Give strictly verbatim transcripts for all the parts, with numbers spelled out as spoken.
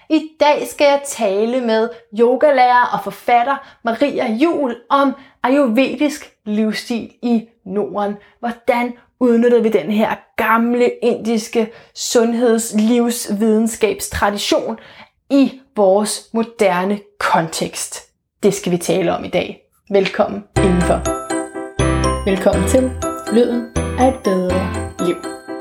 I dag skal jeg tale med yogalærer og forfatter Maria Juhl om ayurvedisk livsstil i Norden. Hvordan udnytter vi den her gamle indiske sundhedslivsvidenskabstradition i vores moderne kontekst? Det skal vi tale om i dag. Velkommen indenfor. Velkommen til Lyden af et bedre liv.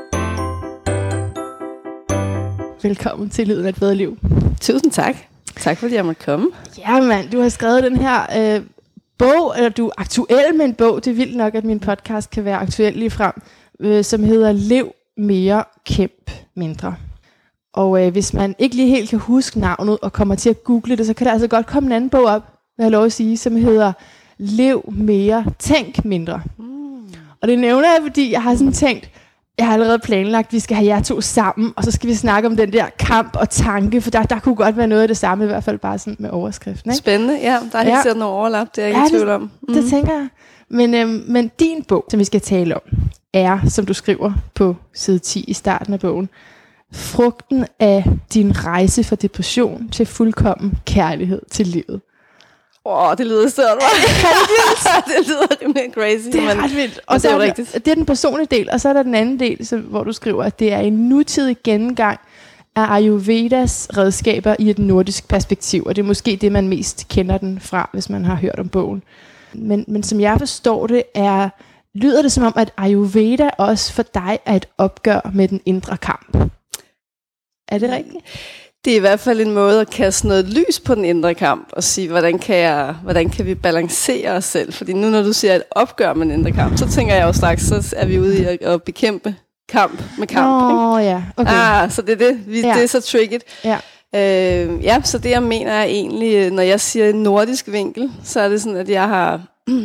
Velkommen til Lyden af et bedre liv. Tusind tak. Tak fordi jeg måtte komme. Ja, mand, du har skrevet den her øh, bog, eller du er aktuel med en bog. Det er vildt nok, at min podcast kan være aktuel lige frem, øh, som hedder Lev mere, kæmp mindre. Og øh, hvis man ikke lige helt kan huske navnet og kommer til at google det, så kan der altså godt komme en anden bog op, hvad jeg lov at sige, som hedder Lev mere, tænk mindre. Mm. Og det nævner jeg, fordi jeg har sådan tænkt, jeg har allerede planlagt, at vi skal have jer to sammen, og så skal vi snakke om den der kamp og tanke, for der, der kunne godt være noget af det samme, i hvert fald bare sådan med overskriften. Ikke? Spændende, ja. Der er helt sikkert noget overlap, det er jeg ikke ja, tvivl om. Mm. Det tænker jeg. Men, øhm, men din bog, som vi skal tale om, er, som du skriver på side ti i starten af bogen, frugten af din rejse fra depression til fuldkommen kærlighed til livet. Åh, oh, det lyder stort, det lyder rimelig crazy. Det er men, ret vildt. Og det er så, rigtigt. Det er den personlige del, og så er der den anden del, så, hvor du skriver, at det er en nutidig gennemgang af Ayurvedas redskaber i et nordisk perspektiv. Og det er måske det, man mest kender den fra, hvis man har hørt om bogen. Men, men som jeg forstår det, er, lyder det som om, at Ayurveda også for dig er et opgør med den indre kamp. Er det rigtigt? Det er i hvert fald en måde at kaste noget lys på den indre kamp og sige, hvordan kan, jeg, hvordan kan vi balancere os selv? Fordi nu når du siger et opgør med den indre kamp, så tænker jeg jo straks, så er vi ude i at, at bekæmpe kamp med kamp. Åh oh, ja, okay. Ah, så det er det. Vi, ja. Det er så tricket. Ja. Øh, ja, så det jeg mener er egentlig, når jeg siger nordisk vinkel, så er det sådan, at jeg har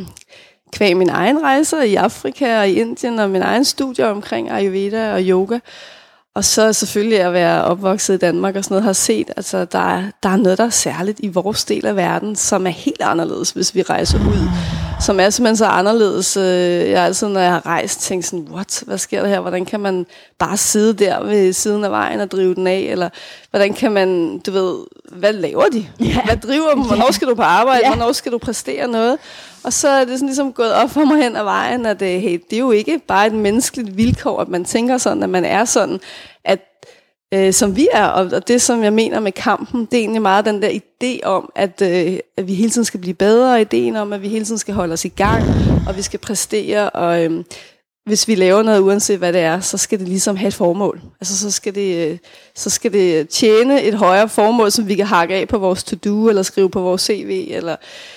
kvæg min egen rejser i Afrika og i Indien og min egen studier omkring Ayurveda og yoga. Og så selvfølgelig at være opvokset i Danmark og sådan noget, har set, altså der er, der er noget, der er særligt i vores del af verden, som er helt anderledes, hvis vi rejser ud. Som er simpelthen så anderledes. Jeg har altid, når jeg har rejst, tænkt sådan, what, hvad sker der her? Hvordan kan man bare sidde der ved siden af vejen og drive den af? Eller hvordan kan man, du ved, hvad laver de? Yeah. Hvad driver dem? Hvornår skal du på arbejde? Yeah. Hvornår skal du præstere noget? Og så er det sådan ligesom gået op for mig hen ad vejen, at hey, det er jo ikke bare et menneskeligt vilkår, at man tænker sådan, at man er sådan, at øh, som vi er, og, og det som jeg mener med kampen, det er egentlig meget den der idé om, at, øh, at vi hele tiden skal blive bedre, ideen om, at vi hele tiden skal holde os i gang, og vi skal præstere, og øh, hvis vi laver noget, uanset hvad det er, så skal det ligesom have et formål. Altså så skal det, øh, så skal det tjene et højere formål, som vi kan hakke af på vores to-do, eller skrive på vores C V, eller...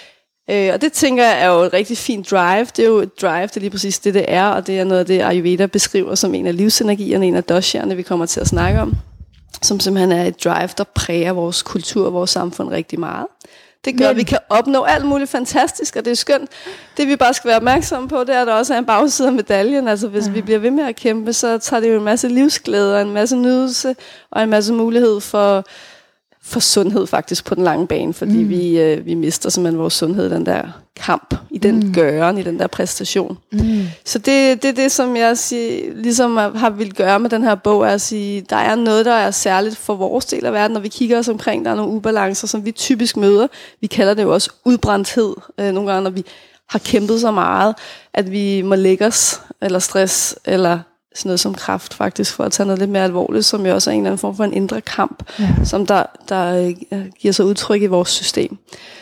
Øh, og det tænker jeg er jo et rigtig fint drive. Det er jo et drive, det er lige præcis det, det er, og det er noget af det, Ayurveda beskriver som en af livsenergierne, en af doshaerne, vi kommer til at snakke om, som simpelthen er et drive, der præger vores kultur og vores samfund rigtig meget. Det gør, Men... at vi kan opnå alt muligt fantastisk, og det er skønt. Det vi bare skal være opmærksomme på, det er, at der også er en bagside af medaljen. Altså hvis ja. vi bliver ved med at kæmpe, så tager det jo en masse livsglæde og en masse nydelse og en masse mulighed for... for sundhed faktisk på den lange bane, fordi mm. vi, øh, vi mister simpelthen vores sundhed i den der kamp, i den mm. gøren, i den der præstation. Mm. Så det, det er det, som jeg siger, ligesom har vil gøre med den her bog, er at sige, der er noget, der er særligt for vores del af verden, når vi kigger os omkring, der er nogle ubalancer, som vi typisk møder. Vi kalder det jo også udbrændthed, øh, nogle gange, når vi har kæmpet så meget, at vi må lægge os, eller stress, eller sådan noget som kræft faktisk, for at tage noget lidt mere alvorligt, som jo også er en eller anden form for en indre kamp, ja. som der, der giver sig udtryk i vores system.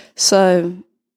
Så,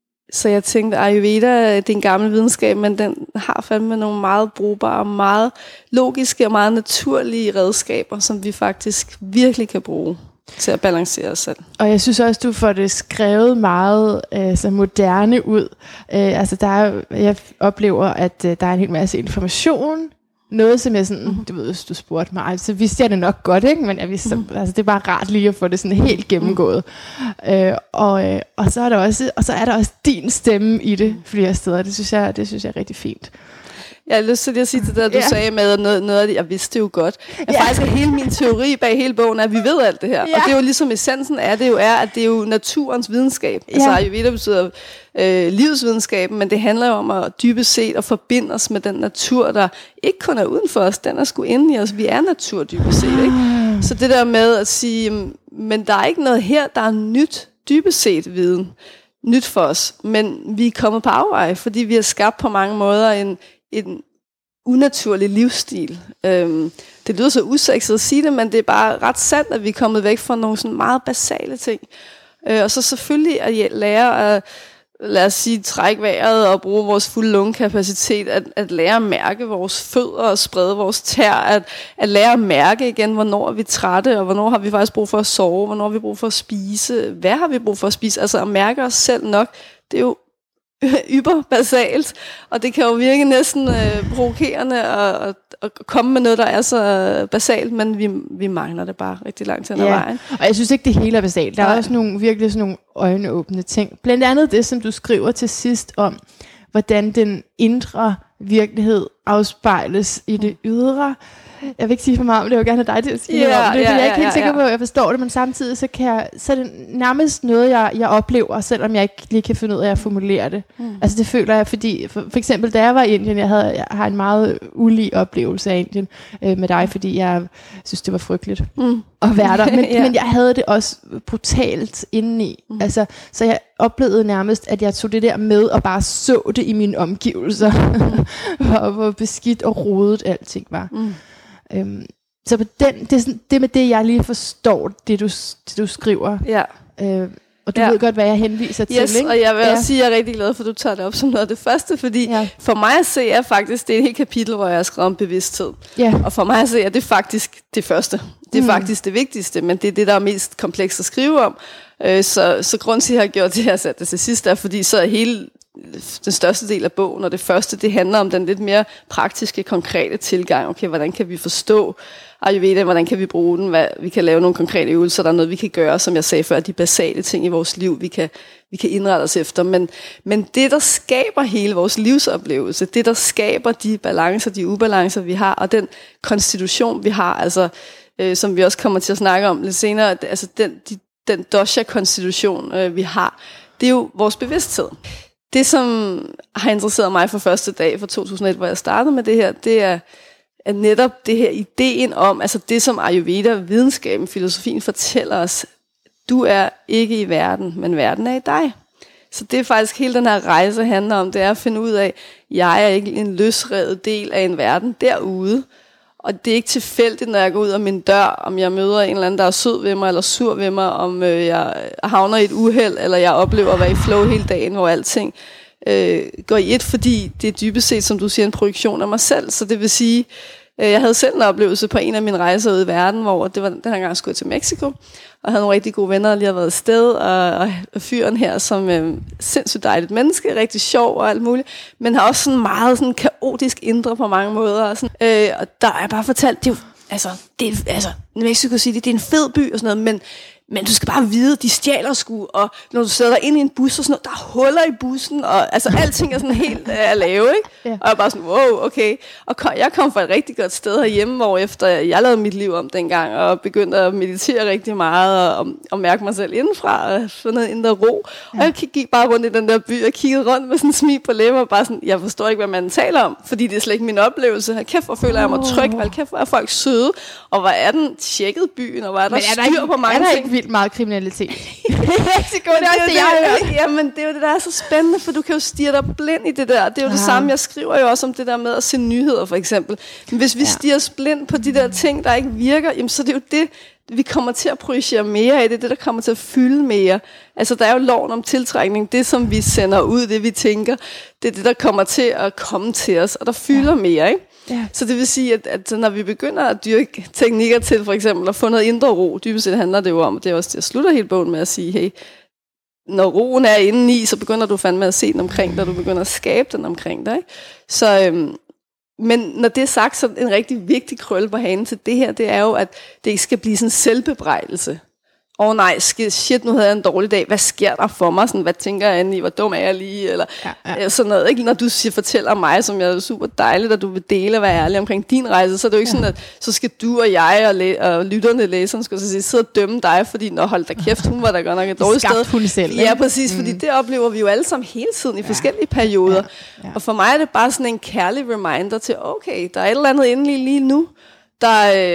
så jeg tænkte, Ayurveda, det er en gammel videnskab, men den har fandme nogle meget brugbare, meget logiske og meget naturlige redskaber, som vi faktisk virkelig kan bruge til at balancere os selv. Og jeg synes også, du får det skrevet meget øh, så moderne ud. Øh, altså der er, jeg oplever, at øh, der er en hel masse information, noget, som jeg sådan, mm-hmm. du ved, hvis du spurgte mig, så vidste jeg det nok godt, ikke? Men jeg vidste, mm-hmm. altså, det er bare rart lige at få det sådan helt gennemgået. Mm-hmm. Øh, og, øh, og, så er der også, og så er der også din stemme i det flere steder. Det synes jeg, det synes jeg er rigtig fint. Jeg har lyst til lige at sige til det, du ja. sagde med noget, noget af det, jeg vidste det jo godt. Jeg ja. faktisk er hele min teori bag hele bogen, at vi ved alt det her. Ja. Og det er jo ligesom essensen af det jo er, at det er jo naturens videnskab. Ja. Altså Ayurveda betyder øh, livsvidenskaben, men det handler jo om at dybest set at forbinde os med den natur, der ikke kun er uden for os, den er sgu inde i os. Vi er natur dybest set, ikke? Så det der med at sige, men der er ikke noget her, der er nyt, dybest set viden, nyt for os, men vi er kommet på afveje, fordi vi har skabt på mange måder en, en unaturlig livsstil. Øhm, det lyder så usekset at sige det, men det er bare ret sandt, at vi er kommet væk fra nogle sådan meget basale ting. Øh, og så selvfølgelig at lære at, lad os sige, trække vejret og bruge vores fulde lungekapacitet, at, at lære at mærke vores fødder og sprede vores tær, at, at lære at mærke igen, hvornår er vi trætte, og hvornår har vi faktisk brug for at sove, hvornår har vi brug for at spise, hvad har vi brug for at spise, altså at mærke os selv nok, det er jo yber basalt, og det kan jo virke næsten øh, provokerende at, at komme med noget, der er så basalt, men vi, vi mangler det bare rigtig langt hen ad ja. vejen. Og jeg synes ikke, det hele er basalt. Der er Nej. også nogle, virkelig sådan nogle øjneåbne ting. Blandt andet det, som du skriver til sidst om, hvordan den indre virkelighed afspejles i det ydre. Jeg vil ikke sige for meget om det, jeg vil gerne have dig til at sige Ja, noget om det, ja, fordi jeg er ja, ikke helt ja, sikker ja. på, at jeg forstår det, men samtidig så, kan jeg, så er det nærmest noget, jeg, jeg oplever, selvom jeg ikke lige kan finde ud af at formulere det. Mm. Altså det føler jeg, fordi for, for eksempel da jeg var i Indien, jeg, havde, jeg har en meget ulig oplevelse af Indien øh, med dig, fordi jeg synes, det var frygteligt mm. at være der. Men, ja. men jeg havde det også brutalt indeni. Mm. Altså, så jeg oplevede nærmest, at jeg tog det der med og bare så det i mine omgivelser, hvor, hvor beskidt og rodet alting var. Mm. Øhm, så på den, det, er sådan, det med det, jeg lige forstår, det du, det, du skriver. Ja. Øh, og du ja. ved godt, hvad jeg henviser yes, til, ikke? Og jeg vil ja. også sige, at jeg er rigtig glad for, at du tager det op som noget af det første, fordi ja. for mig at se er faktisk, det er et helt kapitel, hvor jeg har skrevet om bevidsthed. Ja. Og for mig at se er det faktisk det første. Det er mm. faktisk det vigtigste, men det er det, der er mest komplekst at skrive om. Øh, så, så grunden til, at jeg har gjort det her, sat det til sidst, er, fordi så er hele den største del af bogen, og det første, det handler om den lidt mere praktiske, konkrete tilgang. Okay, hvordan kan vi forstå Ayurveda, hvordan kan vi bruge den, hvad, vi kan lave nogle konkrete øvelser, der er noget, vi kan gøre, som jeg sagde før, de basale ting i vores liv, vi kan, vi kan indrette os efter. Men, men det, der skaber hele vores livsoplevelse, det, der skaber de balancer, de ubalancer, vi har, og den konstitution, vi har, altså, øh, som vi også kommer til at snakke om lidt senere, altså den, de, den dosha-konstitution, øh, vi har, det er jo vores bevidsthed. Det, som har interesseret mig fra første dag fra to tusind og et, hvor jeg startede med det her, det er, er netop det her ideen om, altså det, som Ayurveda, videnskaben, filosofien fortæller os, du er ikke i verden, men verden er i dig. Så det er faktisk hele den her rejse handler om, det er at finde ud af, jeg er ikke en løsrevet del af en verden derude, og det er ikke tilfældigt, når jeg går ud af min dør, om jeg møder en eller anden, der er sød ved mig, eller sur ved mig, om øh, jeg havner i et uheld, eller jeg oplever at være i flow hele dagen, hvor alting øh, går i et, fordi det er dybest set, som du siger, en projektion af mig selv. Så det vil sige, øh, jeg havde selv en oplevelse på en af mine rejser ude i verden, hvor det var den her gang skulle jeg til Mexico, og havde nogle rigtig gode venner, der lige havde været afsted, og, og fyren her, som øh, sindssygt dejligt menneske, rigtig sjov og alt muligt, men har også sådan meget sådan kaotisk indre på mange måder. Og, sådan, øh, og der er jeg bare fortalt, det er jo, altså, det er, altså, Mexico City, det er en fed by og sådan noget, men Men du skal bare vide, de stjæler sgu, og når du sætter dig ind i en bus og sådan noget, der er huller i bussen, og altså alting er sådan helt øh, at lave, ikke? Ja. Og jeg er bare sådan, wow, okay. Og kom, jeg kom fra et rigtig godt sted herhjemme, hvor efter jeg lavede mit liv om dengang, og begyndte at meditere rigtig meget, og, og mærke mig selv indenfra, og få noget indre ro. Ja. Og jeg gik bare rundt i den der by, og kiggede rundt med sådan en smil på læber, og bare sådan, jeg forstår ikke, hvad man taler om, fordi det er slet ikke min oplevelse. Hold kæft, hvor føler jeg mig tryg, hold kæft, hvor er folk søde, og hvor er den tjekket byen, og hvor er der, er der styr ikke, på mange ting. Er der ting. ikke vildt meget kriminalitet? Mexico, det er også det, jeg har hørt. Jamen, det er jo det, der er så spændende, for du kan jo stirre dig blind i det der. Det er jo det samme, jeg skriver jo også om det der med at se nyheder, for eksempel. Men hvis vi ja. stirrer os blind på de der ting, der ikke virker, jamen, så er det jo det, vi kommer til at projicere mere af. Det er det, der kommer til at fylde mere. Altså, der er jo loven om tiltrækning. Det, som vi sender ud, det vi tænker, det er det, der kommer til at komme til os, og der fylder ja. mere, ikke? Ja. Så det vil sige, at, at når vi begynder at dyrke teknikker til for eksempel at få noget indre ro, dybest set handler det jo om, og det er også det, jeg slutter hele bogen med at sige, hey, når roen er indeni, så begynder du fandme at se den omkring dig, og du begynder at skabe den omkring dig. Ikke? Så, øhm, men når det er sagt, så en rigtig vigtig krølle på hanen til det her, det er jo, at det ikke skal blive sådan en selvbebrejdelse. Åh oh, nej, shit, nu havde jeg en dårlig dag. Hvad sker der for mig? Sådan, hvad tænker jeg i? Hvor dum er jeg lige? Eller ja, ja. sådan noget. Ikke? Når du siger, fortæller mig, som jeg er super dejligt, at du vil dele og være ærlig omkring din rejse, så er det jo ikke ja. sådan, at så skal du og jeg og, læ- og lytterne, læserne, skal så sige, sidde og dømme dig, fordi når hold da kæft, hun var da godt nok et dårligt sted. Selv, ja, præcis, mm. fordi det oplever vi jo alle sammen hele tiden i ja. forskellige perioder. Ja. Ja. Og for mig er det bare sådan en kærlig reminder til, okay, der er et eller andet inde lige nu, der,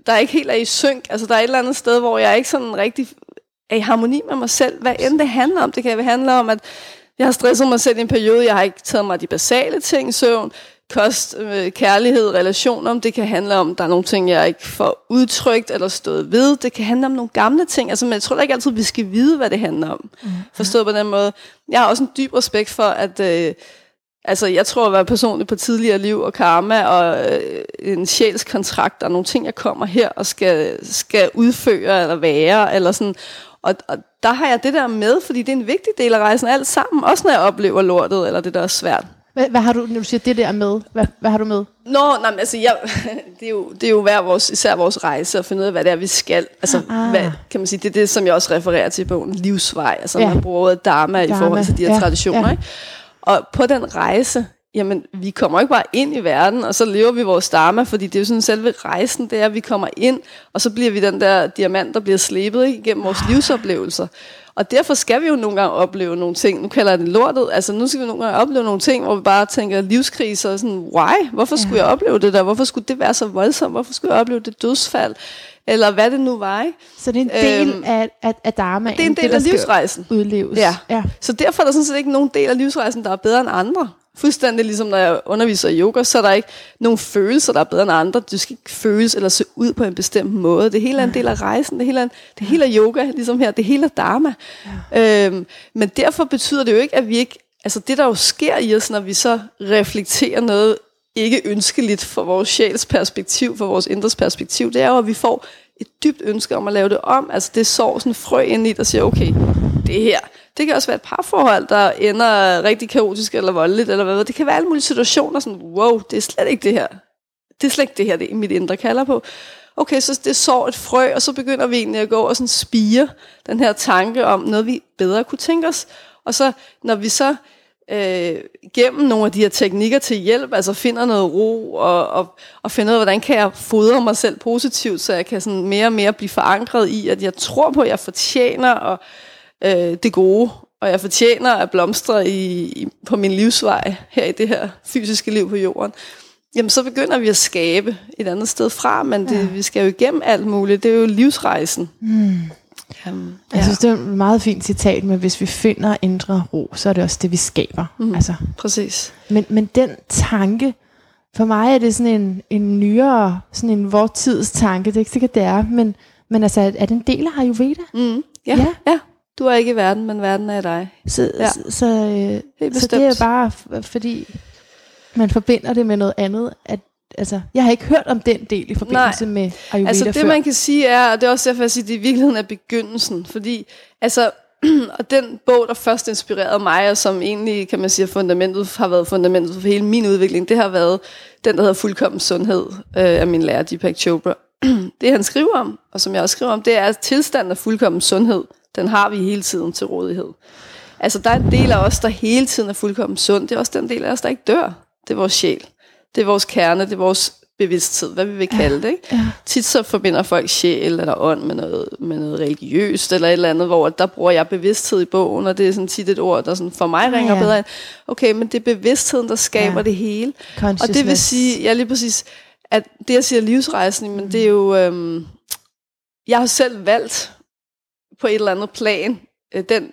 der ikke helt er i synk. Altså der er et eller andet sted, hvor jeg ikke sådan rigtig er i harmoni med mig selv. Hvad end det handler om. Det kan handle om, at jeg har stresset mig selv i en periode. Jeg har ikke taget mig de basale ting, søvn, kost, øh, kærlighed, relationer. Det kan handle om, der er nogle ting, jeg ikke får udtrykt eller stået ved. Det kan handle om nogle gamle ting. Altså, men jeg tror da ikke altid, vi skal vide, hvad det handler om. Mm. Forstået på den måde. Jeg har også en dyb respekt for, at øh, altså, jeg tror at være personlig på tidligere liv og karma og øh, en sjælskontrakt. Der er nogle ting, jeg kommer her og skal, skal udføre eller være. Eller sådan. Og, og der har jeg det der med, fordi det er en vigtig del af rejsen alt sammen. Også når jeg oplever lortet, eller det der er svært. Hvad, hvad har du, når du siger det der med? Hvad, hvad har du med? Nå, nej, men altså, jeg, det er jo, det er jo hver vores, især vores rejse, at finde ud af, hvad det er, vi skal. Altså, ah. hvad, kan man sige, det er det, som jeg også refererer til i bogen, livsvej. Altså, ja. Man bruger ordet dharma, dharma i forhold til de her ja. traditioner. Ja. Ikke? Og på den rejse, jamen, vi kommer ikke bare ind i verden, og så lever vi vores dharma, fordi det er jo sådan selve rejsen, det er, at vi kommer ind, og så bliver vi den der diamant, der bliver slebet ikke, igennem vores livsoplevelser. Og derfor skal vi jo nogle gange opleve nogle ting, nu kalder jeg det lortet, altså nu skal vi nogle gange opleve nogle ting, hvor vi bare tænker livskriser, og sådan, why? Hvorfor skulle ja. jeg opleve det der? Hvorfor skulle det være så voldsomt? Hvorfor skulle jeg opleve det dødsfald? Eller hvad det nu var, ikke? Så det er en del øhm, af, af, af dharmaen? Det er en del det, af livsrejsen. Udleves. Ja. ja. Så derfor er der sådan set ikke nogen del af livsrejsen, der er bedre end andre. Fuldstændig ligesom når jeg underviser i yoga, så er der ikke nogen følelser, der er bedre end andre. Du skal ikke føles eller se ud på en bestemt måde. Det hele er en del af rejsen. Det hele er, det hele er yoga, ligesom her. Det hele er dharma. Ja. Øhm, men derfor betyder det jo ikke, at vi ikke... Altså det, der jo sker i os, når vi så reflekterer noget ikke ønskeligt for vores sjæls perspektiv, for vores indres perspektiv, det er jo, at vi får et dybt ønske om at lave det om. Altså det sår sådan frø ind i, der siger, okay, det her... Det kan også være et parforhold, der ender rigtig kaotisk eller voldeligt, eller hvad. Det kan være alle mulige situationer, sådan, wow, det er slet ikke det her. Det er slet ikke det her, det mit indre kalder på. Okay, så det sår et frø, og så begynder vi egentlig at gå og sådan spire den her tanke om noget, vi bedre kunne tænke os. Og så, når vi så øh, gennem nogle af de her teknikker til hjælp, altså finder noget ro, og, og, og finder ud af, hvordan kan jeg fodre mig selv positivt, så jeg kan sådan mere og mere blive forankret i, at jeg tror på, at jeg fortjener, og Øh, det gode, og jeg fortjener at blomstre i, i, på min livsvej her i det her fysiske liv på jorden, jamen så begynder vi at skabe et andet sted fra, men det, ja. vi skal jo igennem alt muligt, det er jo livsrejsen. Mm. Um, jeg ja. synes, det er et meget fint citat, men hvis vi finder indre ro, så er det også det, vi skaber. Mm. Altså. Præcis. Men, men den tanke, for mig er det sådan en, en nyere, sådan en vortids tanke, det er ikke sikkert, det er, men, men altså, er det en del af Ayurveda? Mm. Ja, ja. ja. Du er ikke i verden, men verden er i dig. Så, ja. så, så, øh, så det er bare f- fordi man forbinder det med noget andet. At, altså, jeg har ikke hørt om den del i forbindelse Nej. med Ayurveda altså det før. Man kan sige er, og det er også derfor jeg siger, at det i virkeligheden er begyndelsen, fordi altså og den bog der først inspirerede mig, og som egentlig kan man sige fundamentet har været fundamentet for hele min udvikling, det har været den der hedder Fuldkommen Sundhed øh, af min lærer Deepak Chopra. Det han skriver om, og som jeg også skriver om, det er tilstanden af fuldkommen sundhed. Den har vi hele tiden til rådighed. Altså der er en del af os, der hele tiden er fuldkommen sund. Det er også den del af os, der ikke dør. Det er vores sjæl. Det er vores kerne. Det er vores bevidsthed, hvad vi vil kalde det. Ikke? Ja. Tit så forbinder folk sjæl eller ånd med noget, med noget religiøst eller et eller andet, hvor der bruger jeg bevidsthed i bogen, og det er sådan tit et ord, der sådan for mig ringer ja. bedre ind. Okay, men det er bevidstheden, der skaber ja. det hele. Og det vil sige, ja lige præcis, at det jeg siger livsrejsen, men det er jo, øhm, jeg har selv valgt på et eller andet plan, øh, den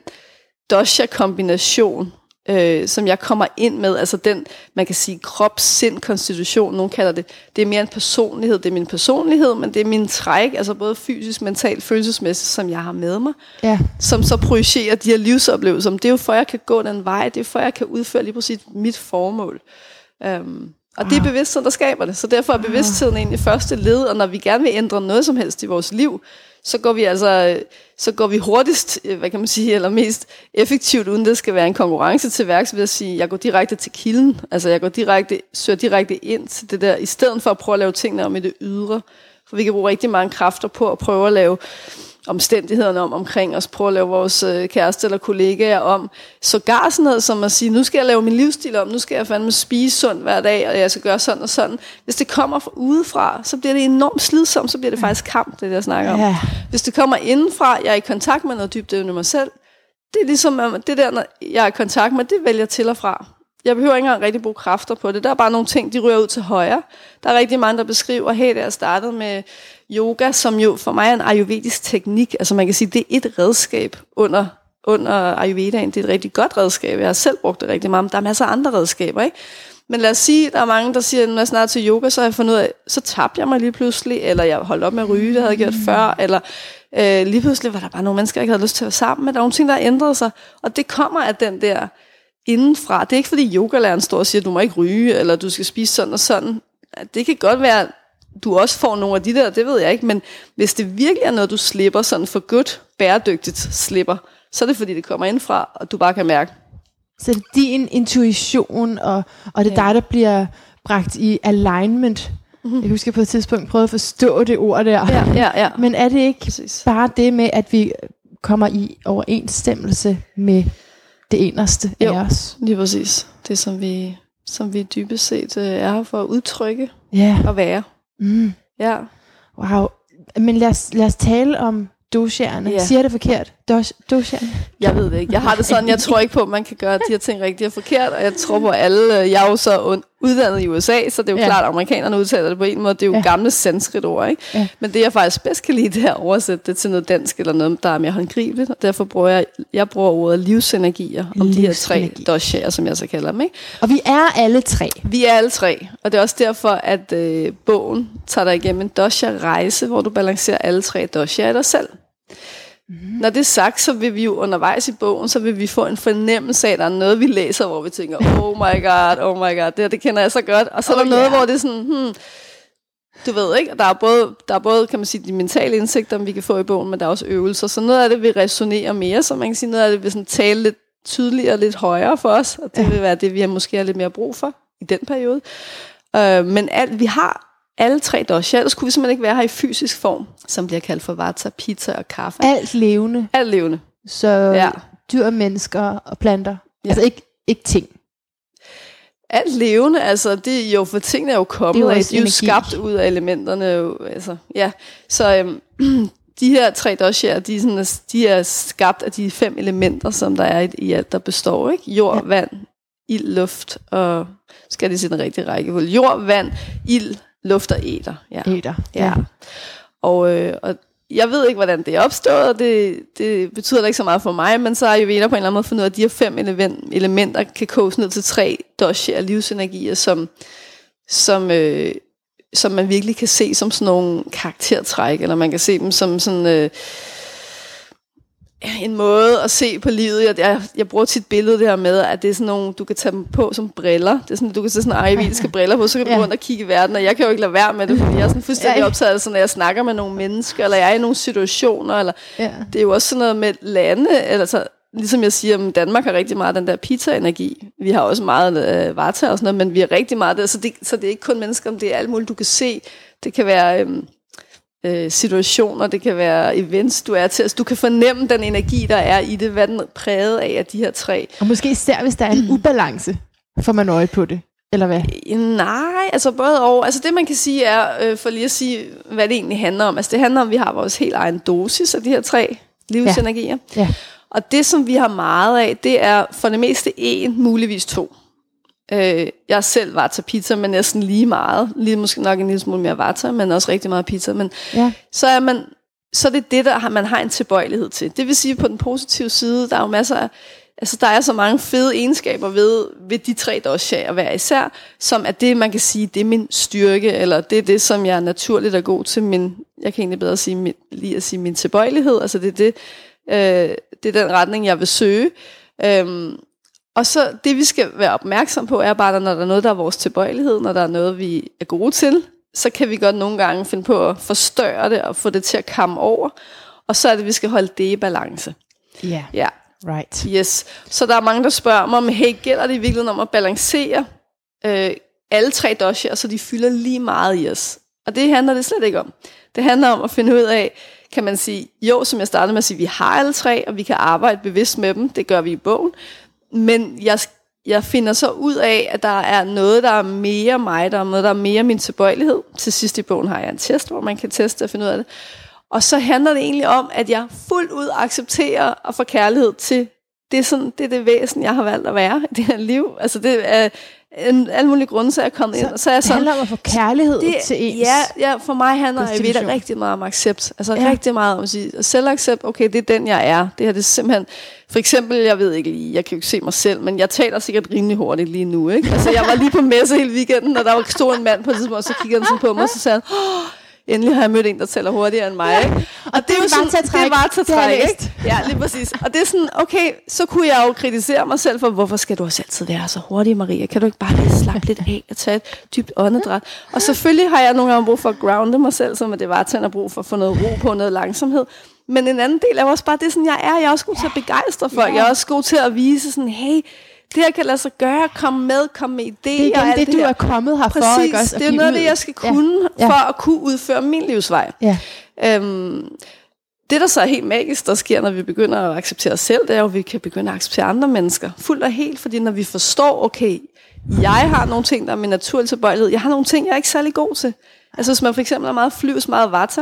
dosha-kombination, øh, som jeg kommer ind med, altså den, man kan sige, krop-sind-konstitution, nogen kalder det, det er mere en personlighed, det er min personlighed, men det er min træk, altså både fysisk, mentalt, følelsesmæssigt, som jeg har med mig, ja. som så projicerer de her livsoplevelser. Det er jo for, at jeg kan gå den vej, det er for, at jeg kan udføre lige præcis mit formål. Um, og det er bevidstheden, der skaber det, så derfor er bevidstheden egentlig første led, og når vi gerne vil ændre noget som helst i vores liv, så går vi altså, så går vi hurtigst, hvad kan man sige, eller mest effektivt, uden det skal være en konkurrence til værks, ved at sige, jeg går direkte til kilden, altså jeg går direkte, søger direkte ind til det der, i stedet for at prøve at lave tingene om i det ydre, for vi kan bruge rigtig mange kræfter på at prøve at lave omstændighederne om omkring os, prøve at lave vores øh, kæreste eller kollegaer om, sågar sådan noget som at sige, nu skal jeg lave min livsstil om, nu skal jeg fandme spise sundt hver dag, og jeg skal gøre sådan og sådan. Hvis det kommer fra udefra, så bliver det enormt slidsomt, så bliver det faktisk kamp, det jeg snakker om. Ja. Hvis det kommer indenfra, jeg er i kontakt med noget dybt i mig selv, det er ligesom, det der, når jeg er i kontakt med, det vælger til og fra. Jeg behøver ikke engang rigtig bruge kræfter på det. Der er bare nogle ting, de ryger ud til højre. Der er rigtig mange, der beskriver, hey, da jeg startede med yoga, som jo for mig er en ayurvedisk teknik. Altså man kan sige, det er et redskab under, under ayurvedaen. Det er et rigtig godt redskab. Jeg har selv brugt det rigtig meget, men der er masser af andre redskaber, ikke? Men lad os sige, der er mange, der siger, når jeg snart til yoga, så har jeg fundet ud af, så tabte jeg mig lige pludselig, eller jeg holdt op med at ryge, det havde jeg gjort før, eller øh, lige pludselig var der bare nogle mennesker, jeg ikke havde lyst til at være sammen med. Der er nogle ting, der har ændret sig, og det kommer af den der indenfra. Det er ikke fordi yogalæreren står og siger, du må ikke ryge, eller du skal spise sådan og sådan. Det kan godt være, du også får nogle af de der, det ved jeg ikke, men hvis det virkelig er noget, du slipper sådan for godt, bæredygtigt slipper, så er det fordi, det kommer indfra, og du bare kan mærke. Så det er din intuition, og, og det er ja. dig, der bliver bragt i alignment. Mm-hmm. Jeg husker på et tidspunkt prøvede at forstå det ord der. Ja, ja, ja. Men er det ikke Præcis. bare det med, at vi kommer i overensstemmelse med det inderste af jo, os? Lige præcis. Det som vi, som vi dybest set er her for at udtrykke ja. og være. Mm. Ja. Wow. Men lad os, lad os tale om doshaerne. Ja. Siger jeg det forkert? Dos, doshaerne? Jeg ved det ikke. Jeg har det sådan, jeg tror ikke på, at man kan gøre de her ting rigtigt og forkert, og jeg tror på alle. Jeg er jo så uddannet i U S A, så det er jo ja. klart, at amerikanerne udtaler det på en måde. Det er jo ja. gamle sanskrit-ord, ikke? Ja. Men det jeg faktisk bedst kan lide, det er at oversætte det til noget dansk eller noget, der er mere håndgribeligt, og derfor bruger jeg, jeg bruger ordet livsenergier om de her tre doshaer, som jeg så kalder dem, ikke? Og vi er alle tre. Vi er alle tre, og det er også derfor, at øh, bogen tager dig igennem en dosha-rejse, hvor du balancerer alle tre doshaer i dig selv. Mm-hmm. Når det er sagt, så vil vi jo undervejs i bogen, så vil vi få en fornemmelse af, at der er noget, vi læser, hvor vi tænker, oh my god, oh my god, det her, det kender jeg så godt. Og så er der oh, noget, yeah. hvor det er sådan, hmm, du ved ikke, der er, både, der er både, kan man sige, de mentale indsigter, vi kan få i bogen, men der er også øvelser. Så noget af det vil resonere mere, så man kan sige, noget af det vil sådan tale lidt tydeligere og lidt højere for os, og det ja. vil være det, vi har måske har lidt mere brug for i den periode. Uh, men alt, vi har alle tre doshaer, ellers kunne vi simpelthen ikke være her i fysisk form, som bliver kaldt for vata, pitta og kapha. Alt levende. Alt levende. Så ja. dyr, mennesker og planter. Ja. Altså ikke, ikke ting. Alt levende, altså det er jo, for tingene er jo kommet af, de er jo skabt ud af elementerne. Jo, altså, ja. Så øhm, de her tre doshaer, de er, sådan, de er skabt af de fem elementer, som der er i, i alt, der består. Ikke? Jord, ja. vand, ild, luft og, skal jeg sige den rigtige rækkefølge, jord, vand, ild, luft og æter. Ja. Æter, ja. ja. Og, øh, og jeg ved ikke, hvordan det er opstået, og det, det betyder da ikke så meget for mig, men så har Ayurveda på en eller anden måde fundet ud af, at de her fem element, elementer kan koges ned til tre doshaer livsenergier, som, som, øh, som man virkelig kan se som sådan nogle karaktertræk, eller man kan se dem som sådan... Øh, en måde at se på livet. Jeg, jeg, jeg bruger tit billede det her med, at det er sådan nogle, du kan tage dem på som briller. Det er sådan, du kan tage sådan nogle ayurvediske briller på, så kan du ja. gå rundt og kigge i verden, og jeg kan jo ikke lade være med det, fordi jeg er sådan fuldstændig ja. optaget af det, når jeg snakker med nogle mennesker, eller jeg er i nogle situationer, eller ja. det er jo også sådan noget med lande, eller så, ligesom jeg siger, at Danmark har rigtig meget den der pitta-energi. Vi har også meget øh, vata og sådan noget, men vi har rigtig meget det, så det, så det er ikke kun mennesker, det er alt muligt, du kan se. Det kan være... Øh, situationer, det kan være events, du er til. Altså, du kan fornemme den energi, der er i det, hvad den er præget af, af de her tre. Og måske især, hvis der er en ubalance, får man øje på det, eller hvad? Nej, altså både og. Altså det, man kan sige er, øh, for lige at sige, hvad det egentlig handler om. Altså det handler om, at vi har vores helt egen dosis af de her tre livsenergier. Ja. Ja. Og det, som vi har meget af, det er for det meste en, muligvis to. Øh, jeg selv vata pizza, men næsten lige meget. Lige måske nok en lille smule mere vata, men også rigtig meget pizza. Men ja. så er man, så er det det, der man har en tilbøjelighed til. Det vil sige, på den positive side, der er jo masser af, altså der er så mange fede egenskaber ved, ved de tre doshaer hver især, som er det, man kan sige, det er min styrke, eller det er det, som jeg naturligt er god til. Min, jeg kan egentlig bedre sige, min, lige at sige min tilbøjelighed. Altså det er det, øh, det er den retning, jeg vil søge. Øhm, Og så det, vi skal være opmærksom på, er bare, at når der er noget, der er vores tilbøjelighed, når der er noget, vi er gode til, så kan vi godt nogle gange finde på at forstørre det og få det til at komme over. Og så er det, vi skal holde det i balance. Yeah. Ja, right. Yes. Så der er mange, der spørger mig, om hey, gælder det i virkeligheden om at balancere øh, alle tre doshaer, så de fylder lige meget i os? Og det handler det slet ikke om. Det handler om at finde ud af, kan man sige, jo, som jeg startede med at sige, vi har alle tre, og vi kan arbejde bevidst med dem. Det gør vi i bogen. Men jeg, jeg finder så ud af, at der er noget, der er mere mig, der er noget, der er mere min tilbøjelighed. Til sidst i bogen har jeg en test, hvor man kan teste og finde ud af det. Og så handler det egentlig om, at jeg fuldt ud accepterer og får kærlighed til det er, sådan, det er det væsen, jeg har valgt at være i det her liv. Altså det er en, alle mulige grunde, så er jeg kommet så ind. Og så er jeg det sådan, handler om at få kærlighed det, til ens. Ja, ja, for mig handler Ayurveda rigtig meget om accept. Altså ja. rigtig meget om at sige, selvaccept, okay, det er den, jeg er. Det her, det er simpelthen, for eksempel, jeg ved ikke lige, jeg kan jo ikke se mig selv, men jeg taler sikkert rimelig hurtigt lige nu, ikke? Altså jeg var lige på messe hele weekenden, og der var stod en mand på et tidspunkt, og så kiggede han sådan på mig, og så sagde han, oh, endelig har jeg mødt en, der taler hurtigere end mig, ikke? Og, og det, det er jo sådan, det er bare til at trække, ikke? Ja, lige præcis. Og det er sådan, okay, så kunne jeg jo kritisere mig selv for, hvorfor skal du også altid være så hurtig, Maria? Kan du ikke bare lige slappe lidt af og tage et dybt åndedræt? Og selvfølgelig har jeg nogle gange brug for at grounde mig selv, som at det var til at brug for at få noget ro på, noget langsomhed. Men en anden del er også bare, det er sådan, jeg er. Jeg er også god til at begejstre folk. Jeg er også god til at vise sådan, hey, det her kan lade sig gøre, komme med, komme med idéer. Det er igen det, det, du er kommet her for. Ikke også, det er noget af det, jeg skal kunne, ja. for at kunne udføre min livsvej. Ja. Øhm, det, der så er helt magisk, der sker, når vi begynder at acceptere os selv, det er jo, at vi kan begynde at acceptere andre mennesker. Fuldt og helt, fordi når vi forstår, okay, jeg har nogle ting, der er min naturlige tilbøjelighed. Jeg har nogle ting, jeg er ikke særlig god til. Altså hvis man for eksempel er meget flyvs, meget vata,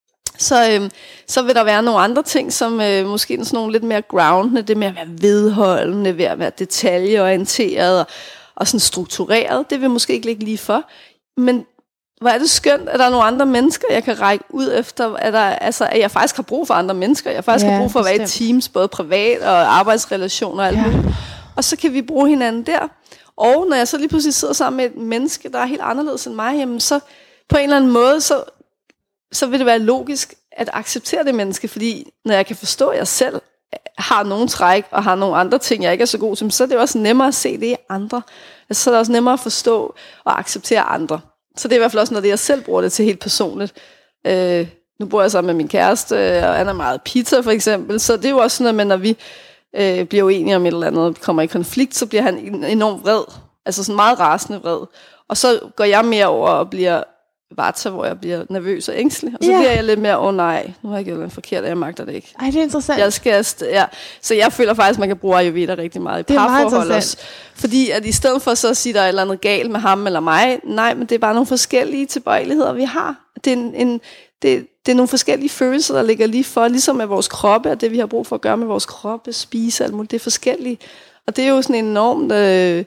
Så, øhm, så vil der være nogle andre ting, som øh, måske er sådan nogle lidt mere groundende, det med at være vedholdende, ved at være detaljeorienteret og, og sådan struktureret. Det vil måske ikke ligge lige for. Men hvor er det skønt, at der er nogle andre mennesker, jeg kan række ud efter, at, der, altså, at jeg faktisk har brug for andre mennesker. Jeg faktisk ja, har brug for at være i teams, både privat og arbejdsrelationer og alt muligt. Ja. Og så kan vi bruge hinanden der. Og når jeg så lige pludselig sidder sammen med et menneske, der er helt anderledes end mig, jamen så på en eller anden måde, så så vil det være logisk at acceptere det menneske, fordi når jeg kan forstå, at jeg selv har nogle træk, og har nogle andre ting, jeg ikke er så god til, så er det også nemmere at se det i andre. Altså, så er det også nemmere at forstå og acceptere andre. Så det er i hvert fald også noget, det jeg selv bruger det til helt personligt. Øh, nu bor jeg sammen med min kæreste, og han er meget pizza for eksempel, så det er jo også sådan, at når vi øh, bliver uenige om et eller andet, kommer i konflikt, så bliver han enormt vred. Altså sådan meget rasende vred. Og så går jeg mere over og bliver vata, hvor jeg bliver nervøs og ængstelig. Og så yeah. bliver jeg lidt mere, åh oh, nej, nu har jeg gjort noget forkert, og jeg magter det ikke. Ej, det er interessant. Jeg skal, ja. Så jeg føler faktisk, at man kan bruge Ayurveda rigtig meget i parforhold også. Fordi at i stedet for så at sige, at der er et eller andet galt med ham eller mig, nej, men det er bare nogle forskellige tilbøjeligheder, vi har. Det er, en, en, det, det er nogle forskellige følelser, der ligger lige for, ligesom med vores kroppe, og det vi har brug for at gøre med vores kroppe, spise, alt muligt, det er forskellige. Og det er jo sådan enormt... Øh,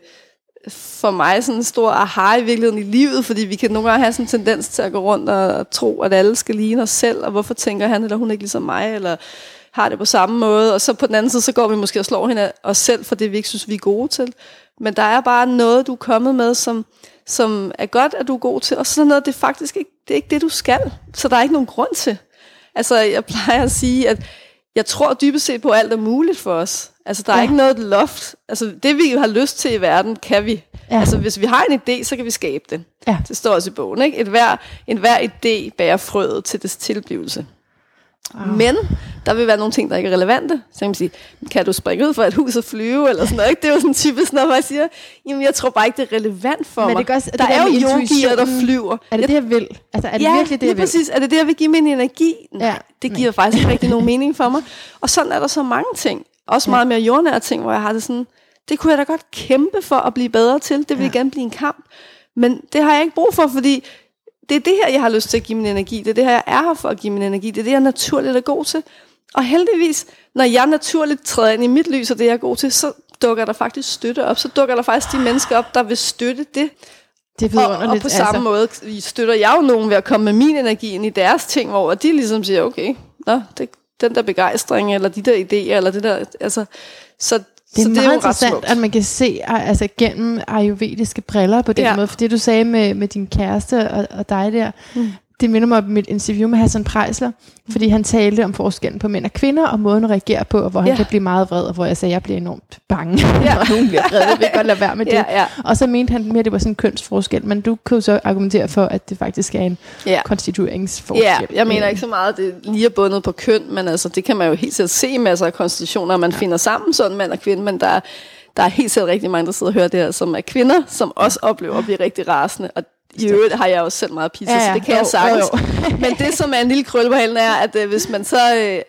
for mig sådan en stor aha i virkeligheden i livet, fordi vi kan nogle gange have sådan en tendens til at gå rundt og tro, at alle skal ligne os selv, og hvorfor tænker han eller hun ikke ligesom mig, eller har det på samme måde, og så på den anden side, så går vi måske og slår hende os selv, for det vi ikke synes, vi er gode til. Men der er bare noget, du er kommet med, som, som er godt, at du er god til, og så noget, det er faktisk ikke det, er ikke det, du skal, så der er ikke nogen grund til. Altså, jeg plejer at sige, at jeg tror dybest set på, at alt er muligt for os. Altså, der er ja. ikke noget loft. Altså, det vi har lyst til i verden, kan vi. Ja. Altså, hvis vi har en idé, så kan vi skabe den. Ja. Det står også i bogen, ikke? Et hver, en hver idé bærer frøet til dets tilblivelse. Wow. Men der vil være nogle ting, der ikke er relevante. Så kan man sige, kan du springe ud fra et hus og flyve, eller sådan noget, ikke? Det er jo sådan typisk, når man siger, jamen jeg tror bare ikke, det er relevant for Men mig. Det også, der det er jo yogier, der flyver. Er det det, jeg vil? Altså, er det ja, virkelig det, jeg vil? Præcis. Er det det, jeg vil give min energi? Nej, ja. det giver Nej. faktisk ikke rigtig nogen mening for mig. Og sådan er der så mange ting. Også ja. meget mere jordnære ting, hvor jeg har det sådan, det kunne jeg da godt kæmpe for at blive bedre til. Det vil ja. gerne blive en kamp. Men det har jeg ikke brug for, fordi det er det her, jeg har lyst til at give min energi. Det er det her, jeg er her for at give min energi. Det er det, jeg naturligt er god til. Og heldigvis, når jeg naturligt træder ind i mit lys, og det jeg er god til, så dukker der faktisk støtte op. Så dukker der faktisk de mennesker op, der vil støtte det. Det er og, og på samme altså. måde støtter jeg jo nogen ved at komme med min energi ind i deres ting, hvor de ligesom siger, okay, nå, det, den der begejstring, eller de der idéer, eller det der, altså, så det er så meget det er interessant, at man kan se altså, gennem ayurvediske briller på den ja. måde. For det du sagde med, med din kæreste og, og dig der, mm. det minder mig om mit interview med Hassan Preisler, fordi han talte om forskellen på mænd og kvinder, og måden at reagere på, og hvor han ja. kan blive meget vred, og hvor jeg sagde, at jeg bliver enormt bange, ja. og nogen bliver vred, jeg vil godt lade være med det. Ja, ja. Og så mente han mere, at det var sådan en kønsforskel, men du kan jo så argumentere for, at det faktisk er en ja. konstitueringsforskel. Ja, jeg mener ikke så meget, at det lige er bundet på køn, men altså, det kan man jo helt sikkert se i masser af konstitutioner, man ja. finder sammen sådan mand og kvinde, men der er, der er helt sikkert rigtig mange, der sidder og hører det her, som er kvinder, som også oplever at blive rigtig rasende, og i øvrigt har jeg også selv meget pizza, ja, ja. så det kan jo, jeg sagtens. Jo, jo. Men det, som er en lille krølle på halen, er, at øh, hvis man så øh,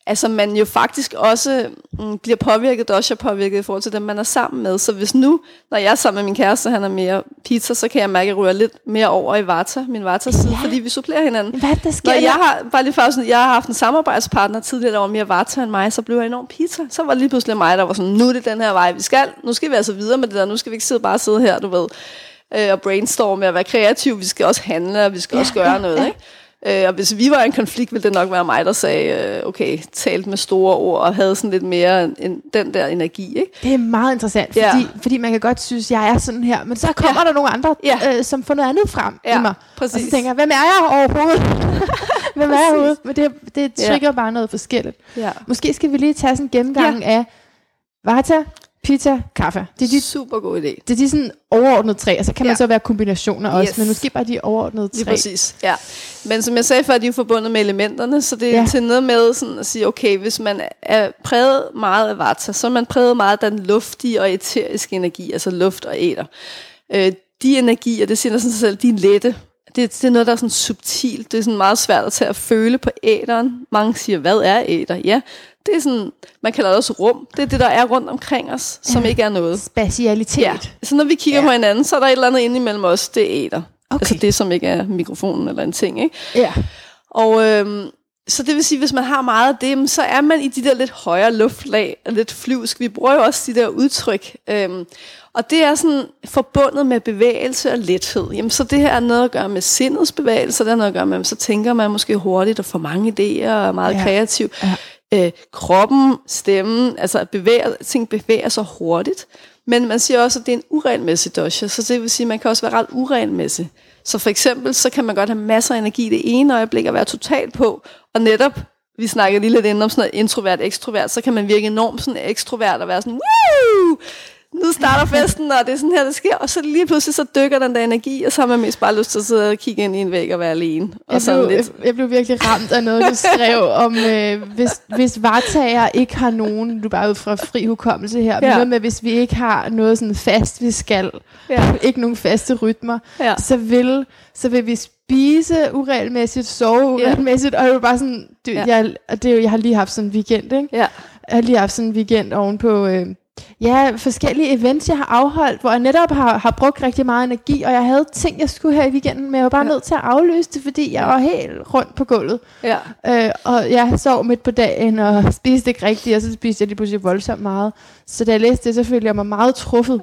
altså man jo faktisk også mm, bliver påvirket, dosha påvirket i forhold til dem, man er sammen med. Så hvis nu, når jeg er sammen med min kæreste, han er mere pizza, så kan jeg mærke, at jeg ryger lidt mere over i vata, min vata-side, ja. Fordi vi supplerer hinanden. Hvad der sker? Når jeg har, bare lige for, sådan, jeg har haft en samarbejdspartner tidligere, der var mere vata end mig, så blev jeg enormt pizza. Så var det lige pludselig mig, der var sådan, nu er det den her vej, vi skal. Nu skal vi altså videre med det der, nu skal vi ikke sidde, bare sidde her, du ved, øh, og brainstorme og være kreativ. Vi skal også handle, og vi skal ja, også gøre ja, noget, ja. Ikke? Øh, og hvis vi var i en konflikt, ville det nok være mig, der sagde, øh, okay, talt med store ord, og havde sådan lidt mere en, den der energi, ikke? Det er meget interessant, fordi, ja. fordi man kan godt synes, jeg er sådan her, men så kommer ja. der nogle andre, ja. øh, som får noget andet frem ja, i mig. Præcis. Og så tænker jeg, hvem er jeg overhovedet? hvem er jeg overhovedet? Men det, det trigger ja. bare noget forskelligt. Ja. Måske skal vi lige tage sådan en gennemgang ja. af vata, pizza, kaffe. Det er de, super god idé. Det er de sådan overordnede tre, og så kan man ja. så være kombinationer også, yes. men måske bare de overordnede tre. Lige præcis, ja. Men som jeg sagde før, de er jo forbundet med elementerne, så det er ja. til noget med sådan at sige, okay, hvis man er præget meget af vata, så er man præget meget af den luftige og eteriske energi, altså luft og æter. Øh, de energier, det siger sådan sig selv, de er lette. Det, det er noget, der er sådan subtilt. Det er sådan meget svært at tage at føle på æteren. Mange siger, hvad er æter? Ja, det er sådan, man kalder det også rum. Det er det, der er rundt omkring os, som ja. ikke er noget. Specialitet. Ja. Så når vi kigger ja. på hinanden, så er der et eller andet inde imellem os, det er æter. Okay. Altså det, som ikke er mikrofonen eller en ting, ikke? Ja. Og øhm, så det vil sige, hvis man har meget af det, så er man i de der lidt højere luftlag, lidt flyvsk. Vi bruger jo også de der udtryk. Øhm, og det er sådan forbundet med bevægelse og lethed. Jamen, så det her er noget at gøre med sindets bevægelse, det er noget at gøre med, så tænker man måske hurtigt og får mange idéer og er meget ja. kreativ. Ja. Øh, kroppen, stemmen, altså bevæger, ting bevæger sig hurtigt. Men man siger også, at det er en uregelmæssig dosha, så det vil sige, at man kan også være ret uregelmæssig. Så for eksempel, så kan man godt have masser af energi i det ene øjeblik og være totalt på, og netop, vi snakkede lige lidt inden om sådan noget introvert, ekstrovert, så kan man virke enormt sådan ekstrovert og være sådan, woo! Nu starter festen, og det er sådan her, det sker, og så lige pludselig så dykker den der energi, og så har man mest bare lyst til at sidde og kigge ind i en væg og være alene. Og jeg, sådan blev, lidt. Jeg, jeg blev virkelig ramt af noget, du skrev om, øh, hvis, hvis vartager ikke har nogen, du er bare ud fra fri hukommelse her, ja. men noget med, hvis vi ikke har noget sådan fast, vi skal, ja. ikke nogen faste rytmer, ja. så, vil, så vil vi spise uregelmæssigt, sove uregelmæssigt, ja. og jeg var bare sådan, det, ja. jeg, det, jeg har lige haft sådan en weekend, ikke? Ja. Jeg har lige haft sådan en weekend ovenpå... Øh, Ja, forskellige events, jeg har afholdt, hvor jeg netop har, har brugt rigtig meget energi, og jeg havde ting, jeg skulle her i weekenden, men jeg var bare ja. nødt til at aflyse det, fordi jeg var helt rundt på gulvet. Ja. Øh, og jeg sov midt på dagen, og spiste ikke rigtigt, og så spiste jeg lige pludselig voldsomt meget. Så da jeg læste det, så følte jeg mig meget truffet.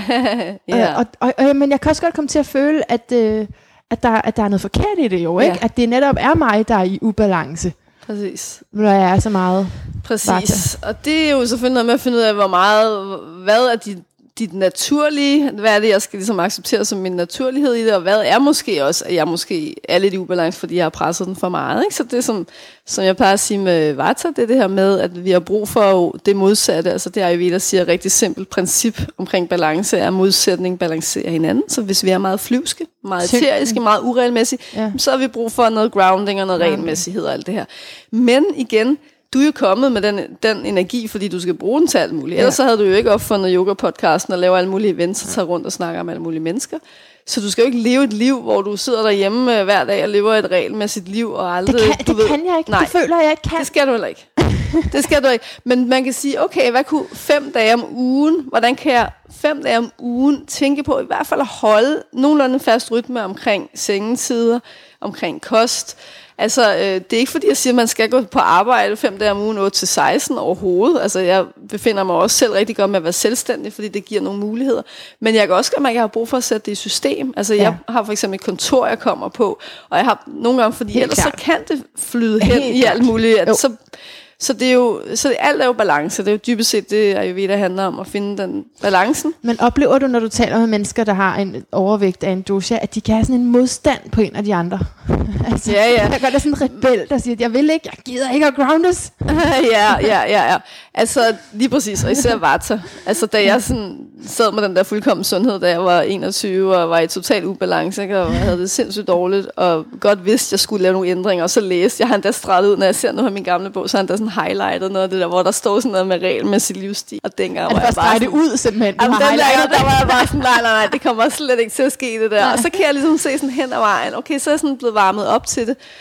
ja. øh, og, og, og, men jeg kan også godt komme til at føle, at, øh, at, der, at der er noget forkert i det jo, ikke? Ja. At det netop er mig, der er i ubalance. Præcis. Når jeg er så meget. Præcis. Vata. Og det er jo selvfølgelig noget med at finde ud af, hvor meget, hvad er dit, dit naturlige, hvad er det, jeg skal ligesom acceptere som min naturlighed i det, og hvad er måske også, at jeg måske er lidt i ubalance, fordi jeg har presset den for meget. Ikke? Så det som, som jeg plejer at sige med Vata, det er det her med, at vi har brug for det modsatte. Altså det Ayurveda siger, et rigtig simpelt princip omkring balance er, modsætning balancerer hinanden. Så hvis vi er meget flyvske, meget eteriske, meget uregelmæssige, ja. så har vi brug for noget grounding og noget regelmæssighed og alt det her. Men igen, du er jo kommet med den, den energi, fordi du skal bruge den til alt muligt. Ja. Ellers så havde du jo ikke opfundet yoga-podcasten og laver alle mulige events og tager rundt og snakker med alle mulige mennesker. Så du skal jo ikke leve et liv, hvor du sidder derhjemme hver dag og lever et regelmæssigt liv og aldrig... Det kan, du det ved, kan jeg ikke. Nej, det føler jeg ikke kan. Det skal du heller ikke. Det skal du ikke. Men man kan sige, okay, hvad kunne fem dage om ugen, hvordan kan jeg fem dage om ugen tænke på i hvert fald at holde nogenlunde fast rytme omkring sengetider, omkring kost. Altså, øh, det er ikke fordi, jeg siger, at man skal gå på arbejde fem dage om ugen, otte til seksten overhovedet. Altså, jeg befinder mig også selv rigtig godt med at være selvstændig, fordi det giver nogle muligheder. Men jeg kan også godt mærke, at jeg har brug for at sætte det i system. Altså, ja. jeg har for eksempel et kontor, jeg kommer på, og jeg har nogle gange, fordi Helt ellers klart. så kan det flyde hen Helt i alt muligt. At så, så det er jo, så det, alt er jo balance. Det er jo dybest set det, Ayurveda handler om, at finde den balancen. Men oplever du, når du taler med mennesker, der har en overvægt af en dosha, at de kan have sådan en modstand på en af de andre? Altså, ja, ja. Der gør der sådan en rebel, der siger, at jeg vil ikke, jeg gider ikke at groundes. ja, ja, ja, ja. Altså, lige præcis, og især Vata. Altså, da jeg sådan sad med den der fuldkommen sundhed, da jeg var enogtyve, og var i total ubalance, ikke, og havde det sindssygt dårligt, og godt vidste, at jeg skulle lave nogle ændringer, og så læste. Jeg har endda streget ud, når jeg ser nu af min gamle bog, så har han da sådan highlightet noget af det der, hvor der står sådan noget med regelmæssig livsstil. Og dengang var jeg bare sådan, det ud simpelthen. Jamen, den der, der var jeg bare sådan, nej, nej, nej, det kommer slet ikke til at ske det der. Og så kan jeg ligesom se sådan hen ad vejen, okay, så er jeg sådan blevet varmet op til det.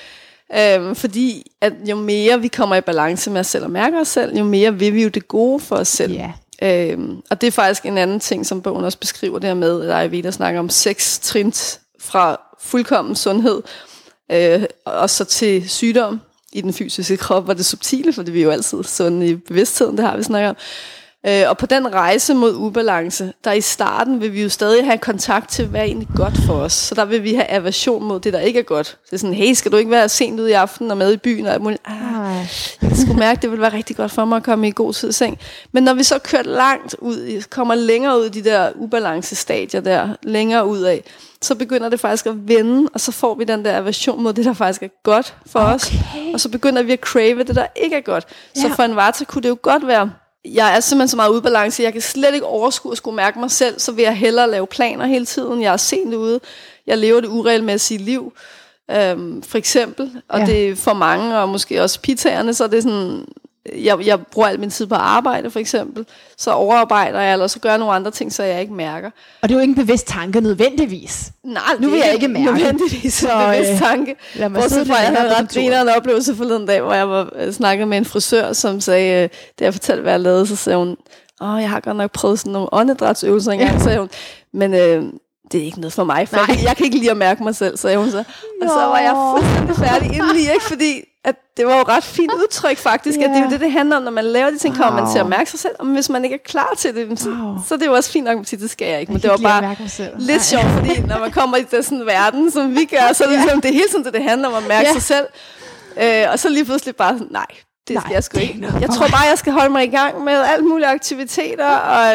Øhm, fordi at jo mere vi kommer i balance med os selv og mærker os selv, jo mere vil vi jo det gode for os selv. Yeah. Øhm, og det er faktisk en anden ting, som bogen også beskriver, det her med, at Ayurveda snakker om seks trin fra fuldkommen sundhed, øh, og så til sygdom i den fysiske krop, var det subtile, for det er jo altid sunde i bevidstheden, det har vi snakket om. Øh, og på den rejse mod ubalance, der i starten vil vi jo stadig have kontakt til, hvad er egentlig godt for os. Så der vil vi have aversion mod det, der ikke er godt. Det er sådan, hey, skal du ikke være sent ude i aften og med i byen og alt muligt? Ah, jeg skulle mærke, det ville være rigtig godt for mig at komme i god tid i seng. Men når vi så kører langt ud, kommer længere ud i de der ubalancestadier der, længere ud af, så begynder det faktisk at vende, og så får vi den der aversion mod det, der faktisk er godt for okay. os. Og så begynder vi at crave det, der ikke er godt. Ja. Så for en vata kunne det jo godt være, jeg er simpelthen så meget ude balance, jeg kan slet ikke overskue at skulle mærke mig selv, så vil jeg hellere lave planer hele tiden. Jeg er sent ude, jeg lever det uregelmæssige liv, øhm, for eksempel. Og ja. Det er for mange, og måske også pizzaerne, så er det sådan, jeg, jeg bruger al min tid på arbejde, for eksempel. Så overarbejder jeg, eller så gør jeg nogle andre ting, så jeg ikke mærker. Og det er jo ikke en bevidst tanke nødvendigvis. Nej, nu vil jeg ikke mærke. Nødvendigvis så, en bevidst tanke. Øh, Bortset fra, jeg havde ret grineren oplevelse forleden dag, hvor jeg var øh, snakket med en frisør, som sagde, øh, da jeg fortalte, hvad jeg lavede, så sagde hun, åh, jeg har godt nok prøvet sådan nogle åndedrætsøvelser engang, ja. sagde hun. Men øh, det er ikke noget for mig, for jeg, jeg kan ikke lide at mærke mig selv, sagde hun så. Og så var jeg fuldstændig færdig indeni, ikke? Fordi at det var jo ret fint udtryk faktisk, yeah. at det er jo det, det handler om, når man laver de ting, wow. kommer man til at mærke sig selv, og hvis man ikke er klar til det, så, wow. så det er jo også fint nok at sige, det skal jeg ikke, men jeg det var bare lidt sjovt, fordi når man kommer i den sådan verden, som vi gør, så er det, yeah. ligesom, det er hele tiden det, det handler om at mærke yeah. sig selv, øh, og så lige pludselig bare sådan, nej, det nej, skal jeg sgu ikke. Jeg tror bare, jeg skal holde mig i gang med alt mulige aktiviteter, og,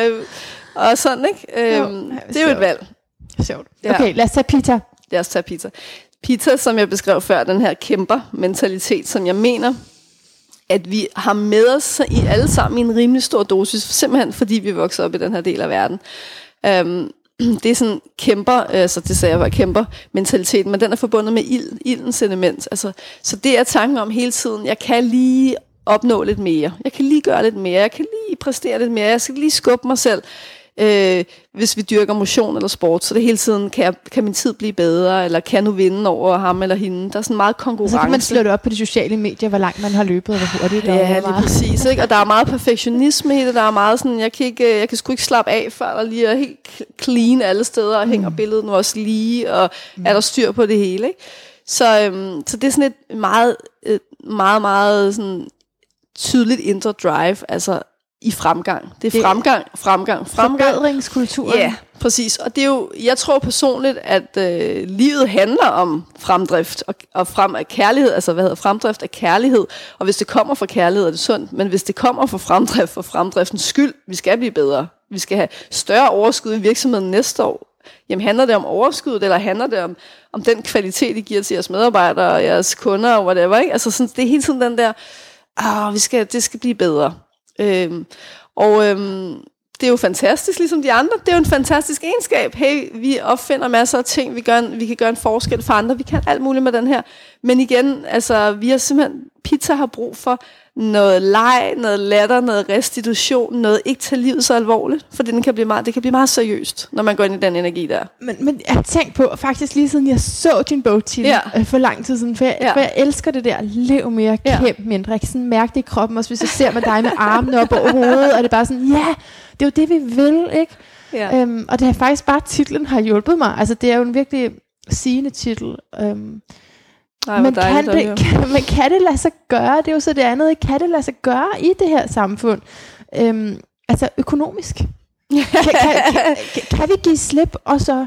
og sådan, ikke? Øh, det er jo et valg. Sjovt. Okay, lad os tage Pitta. Lad os tage Pitta. Pitta, som jeg beskrev før, den her kæmper-mentalitet, som jeg mener, at vi har med os i alle sammen i en rimelig stor dosis, simpelthen fordi vi vokser op i den her del af verden. Um, det er sådan kæmper, altså det sagde jeg var kæmper-mentaliteten, men den er forbundet med ild, ildens element. Altså, så det er tanken om hele tiden, jeg kan lige opnå lidt mere, jeg kan lige gøre lidt mere, jeg kan lige præstere lidt mere, jeg skal lige skubbe mig selv. Øh, hvis vi dyrker motion eller sport, så det hele tiden, kan, jeg, kan min tid blive bedre, eller kan jeg nu vinde over ham eller hende. Der er sådan meget konkurrence. Så kan man slå det op på de sociale medier, hvor langt man har løbet, og hvor hurtigt. Ja, lige meget. Præcis. Ikke? Og der er meget perfektionisme i det, der er meget sådan, jeg kan, ikke, jeg kan sgu ikke slappe af, før der lige er helt clean alle steder, og mm. hænger billedet nu også lige, og mm. er der styr på det hele. Ikke? Så, øhm, så det er sådan et meget, et meget, meget sådan tydeligt indre drive, altså i fremgang. Det er fremgang, fremgang, fremgang. Forbedringskulturen. Ja, præcis. Og det er jo, jeg tror personligt, at øh, livet handler om fremdrift og, og frem af kærlighed, altså hvad hedder fremdrift af kærlighed. Og hvis det kommer fra kærlighed, er det sundt. Men hvis det kommer fra fremdrift, for fremdriftens skyld, vi skal blive bedre. Vi skal have større overskud i virksomheden næste år. Jamen handler det om overskud, eller handler det om, om den kvalitet, I giver til jeres medarbejdere og jeres kunder og whatever, ikke? Altså sådan, det er hele tiden den der, ah, vi skal, det skal blive bedre. Øhm, og øhm, det er jo fantastisk, ligesom de andre. Det er jo en fantastisk egenskab. Hey, vi opfinder masser af ting. Vi, gør en, vi kan gøre en forskel for andre. Vi kan alt muligt med den her. Men igen, altså, vi har simpelthen, Pitta har brug for noget leg, noget latter, noget restitution, noget ikke tage livet så alvorligt. For den kan blive meget, det kan blive meget seriøst, når man går ind i den energi der. Men, men jeg har tænkt på, faktisk lige siden jeg så din bogtitel ja. øh, for lang tid siden, for jeg, ja. for jeg elsker det der, lev mere, kæmp ja. mindre. Jeg kan sådan mærke det i kroppen, også hvis jeg ser med dig med armene op over hovedet, og det er bare sådan, ja, det er jo det, vi vil, ikke? Ja. Øhm, og det er faktisk bare, titlen har hjulpet mig. Altså, det er jo en virkelig sigende titel. Øhm, Ej, men, dejligt, kan det, kan, men kan det lade sig gøre? Det er jo så det andet. Kan det lade sig gøre i det her samfund? Øhm, altså økonomisk. kan, kan, kan, kan, kan vi give slip og så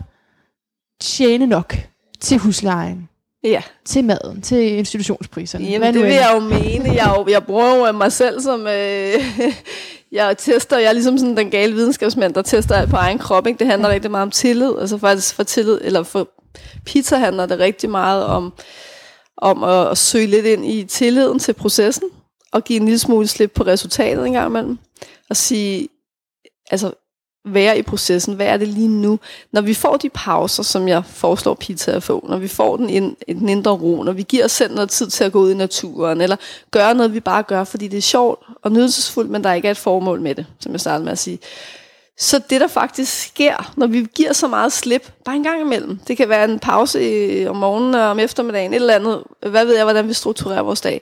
tjene nok til huslejen? Ja. Til maden, til institutionspriserne? Jamen det vil jeg jo mene. Jeg, jo, jeg bruger jo mig selv som... Øh, jeg tester, jeg er ligesom sådan den gale videnskabsmand, der tester alt på egen krop. Ikke? Det handler ja. rigtig meget om tillid. Altså faktisk for tillid, eller for Pitta handler det rigtig meget om... om at, at søge lidt ind i tilliden til processen, og give en lille smule slip på resultatet en gang imellem, og sige, altså, være i processen, hvad er det lige nu? Når vi får de pauser, som jeg foreslår Pitta at få, når vi får den, ind, den indre ro, når vi giver os selv noget tid til at gå ud i naturen, eller gøre noget, vi bare gør, fordi det er sjovt og nydelsesfuldt, men der ikke er et formål med det, som jeg startede med at sige, Så det, der faktisk sker, når vi giver så meget slip, bare en gang imellem, det kan være en pause om morgenen og om eftermiddagen, et eller andet, hvad ved jeg, hvordan vi strukturerer vores dag,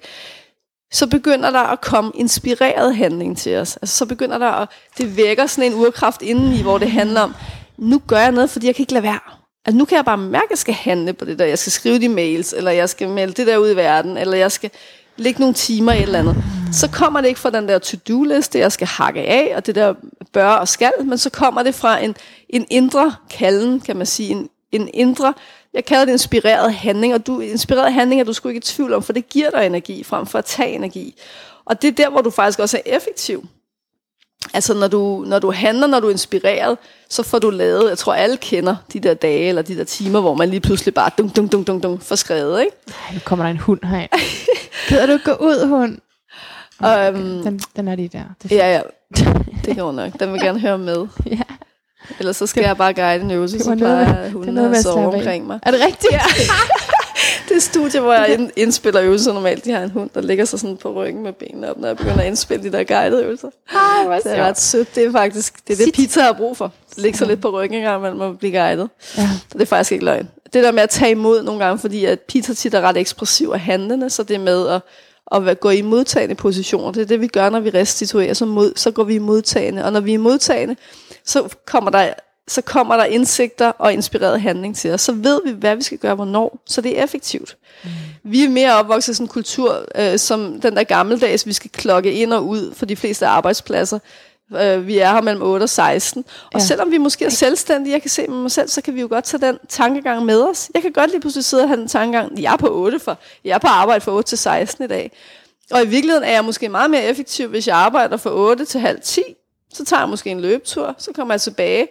så begynder der at komme inspireret handling til os. Altså, så begynder der at, det vækker sådan en urkraft indeni, hvor det handler om, nu gør jeg noget, fordi jeg kan ikke lade være. Altså, nu kan jeg bare mærke, at jeg skal handle på det der, jeg skal skrive de mails, eller jeg skal melde det der ud i verden, eller jeg skal lægge nogle timer i et eller andet. Så kommer det ikke fra den der to-do-liste, jeg skal hakke af, og det der bør og skal, men så kommer det fra en, en indre kalden, kan man sige, en, en indre, jeg kalder det inspireret handling, og du, inspireret handling er du sgu ikke i tvivl om, for det giver dig energi, frem for at tage energi. Og det er der, hvor du faktisk også er effektiv. Altså når du, når du handler, når du er inspireret, så får du lavet, jeg tror alle kender de der dage, eller de der timer, hvor man lige pludselig bare dunk, dunk, dunk, dunk, dunk, får skrevet, ikke? Ej, nu kommer der en hund herind. Gider du gå ud, hund? Okay, um, den, den er lige der. Det er ja, ja. Det går nok. Den vil gerne høre med. Ja. Ellers så skal det, jeg bare guide en øvelse, så plejer hunden at sove omkring mig. Er det rigtigt? Ja. Det er studie, hvor jeg indspiller øvelser normalt. De har en hund, der ligger sig sådan på ryggen med benene op, når jeg begynder at indspille de der guidede øvelser. Ej, hvor det er ret sødt. Det er faktisk det, er det pizza har brug for. Det ligger så lidt på ryggen, engang, man må blive guidet. Ja. Så det er faktisk ikke løgn. Det der med at tage imod nogle gange, fordi at pizza tit er ret ekspressiv og handlende, så det med at, at gå i modtagende positioner, det er det, vi gør, når vi restituerer, så, mod, så går vi i modtagende. Og når vi er i modtagende, så kommer der... så kommer der indsigter og inspireret handling til os. Så ved vi, hvad vi skal gøre, hvornår. Så det er effektivt. Mm. Vi er mere opvokset i sådan en kultur, øh, som den der gammeldags, vi skal klokke ind og ud for de fleste arbejdspladser. Øh, vi er her mellem otte og seksten. Og ja. Selvom vi måske er selvstændige, jeg kan se med mig selv, så kan vi jo godt tage den tankegang med os. Jeg kan godt lige pludselig sidde og have den tankegang, jeg er på otte, for jeg er på arbejde fra otte til seksten i dag. Og i virkeligheden er jeg måske meget mere effektiv, hvis jeg arbejder fra otte til halv ti. Så tager jeg måske en løbetur, så kommer jeg tilbage.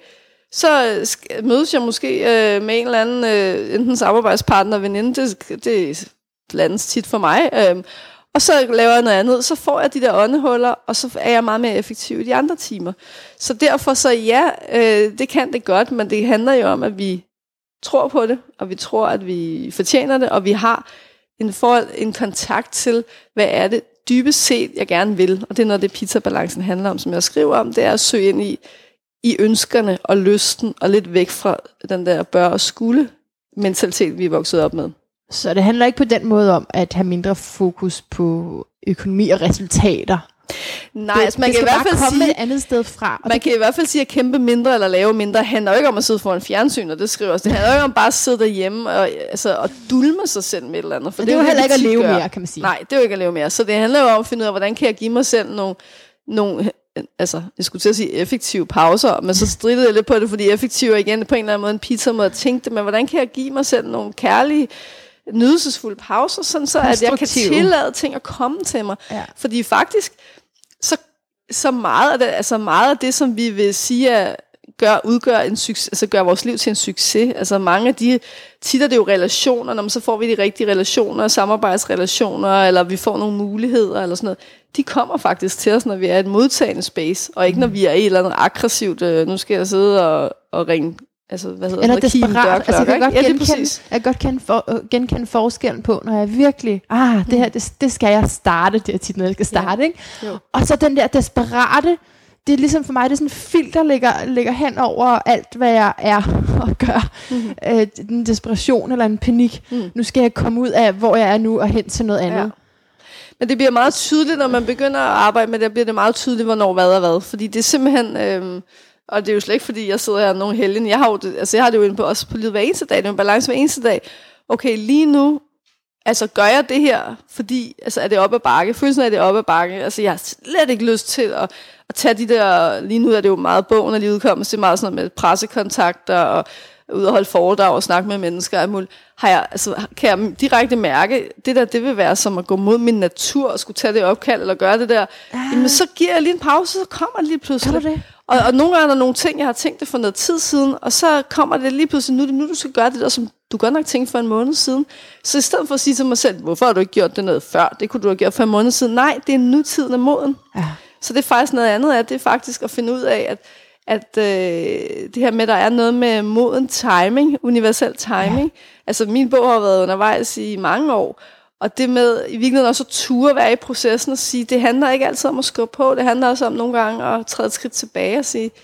Så mødes jeg måske øh, med en eller anden, øh, enten samarbejdspartner, veninde, det, det er blandt tit for mig, øh, og så laver jeg noget andet, så får jeg de der åndehuller, og så er jeg meget mere effektiv i de andre timer. Så derfor så ja, øh, det kan det godt, men det handler jo om, at vi tror på det, og vi tror, at vi fortjener det, og vi har en, forhold, en kontakt til, hvad er det dybest set, jeg gerne vil, og det er noget, det pizzabalancen handler om, som jeg skriver om, det er at søge ind i, i ønskerne og lysten, og lidt væk fra den der bør og skulle mentalitet, vi er vokset op med. Så det handler ikke på den måde om at have mindre fokus på økonomi og resultater? Nej, det, altså man det kan i hvert fald komme sige, et andet sted fra. Man det, kan i hvert fald sige, at kæmpe mindre eller lave mindre handler jo ikke om at sidde foran fjernsyn, og det skriver også. Det handler jo ikke om bare at sidde derhjemme og, altså, og dulme sig selv med et eller andet. For det, det er jo heller ikke at leve mere, kan man sige. Nej, det er jo ikke at leve mere. Så det handler jo om at finde ud af, hvordan kan jeg give mig selv nogle, nogle altså, jeg skulle til at sige effektive pauser, men så stridede jeg lidt på det, fordi effektiv er igen på en eller anden måde en pizza måde at tænke det, men hvordan kan jeg give mig selv nogle kærlige, nydelsesfulde pauser, sådan så at jeg kan tillade ting at komme til mig. Ja. Fordi faktisk, så, så meget af det, altså meget af det, som vi vil sige, at gør, udgør en succes, altså gør vores liv til en succes. Altså mange af de, tit er det jo relationer, når man så får vi de rigtige relationer, samarbejdsrelationer, eller vi får nogle muligheder, eller sådan noget. De kommer faktisk til os, når vi er i et modtagende space, og ikke når vi er i et eller andet aggressivt, øh, nu skal jeg sidde og, og ringe, altså hvad hedder eller det, desperat. Altså, jeg kan godt, ja, genkende, jeg godt kende, for, genkende forskellen på, når jeg virkelig, ah, det her, det, det skal jeg starte, det er tit noget, jeg skal starte, ja. Ikke? Jo. Og så den der desperate, det er ligesom for mig, det er sådan en filter, der ligger, ligger hen over alt, hvad jeg er og gør. Mm-hmm. Øh, en desperation eller en panik. Mm. Nu skal jeg komme ud af, hvor jeg er nu, og hen til noget andet. Ja. Men det bliver meget tydeligt, når man begynder at arbejde med det, bliver det meget tydeligt, hvornår hvad er hvad. Fordi det er simpelthen, øhm, og det er jo slet ikke, fordi jeg sidder her nogle helgen. Jeg har jo det, altså jeg har det jo inde på, også på livet hver eneste dag. Det er en balance hver eneste dag. Okay, lige nu, altså gør jeg det her, fordi, altså er det op ad bakke? Følelsen af, at det er op ad bakke. Altså jeg har slet ikke lyst til at, at tage de der, lige nu er det jo meget bogen, når de udkommer, så det er meget sådan noget med pressekontakter og ud og holde foredrag og snakke med mennesker og muligt. Har jeg, altså, kan jeg direkte mærke, det der, det vil være som at gå mod min natur og skulle tage det opkald eller gøre det der. Ah. Jamen, så giver jeg lige en pause, så kommer det lige pludselig. Det? Og, og nogle gange er der nogle ting, jeg har tænkt det for noget tid siden, og så kommer det lige pludselig, nu, nu du skal gøre det der, som du godt nok tænkte for en måned siden. Så i stedet for at sige til mig selv, hvorfor har du ikke gjort det noget før? Det kunne du have gjort for en måned siden. Nej, det er nutiden af moden. Ja. Så det er faktisk noget andet af, det er faktisk at finde ud af, at at øh, det her med, at der er noget med moden timing, universel timing. Ja. Altså min bog har været undervejs i mange år, og det med i virkeligheden også at ture være i processen og sige, det handler ikke altid om at skubbe på, det handler også om nogle gange at træde et skridt tilbage og sige,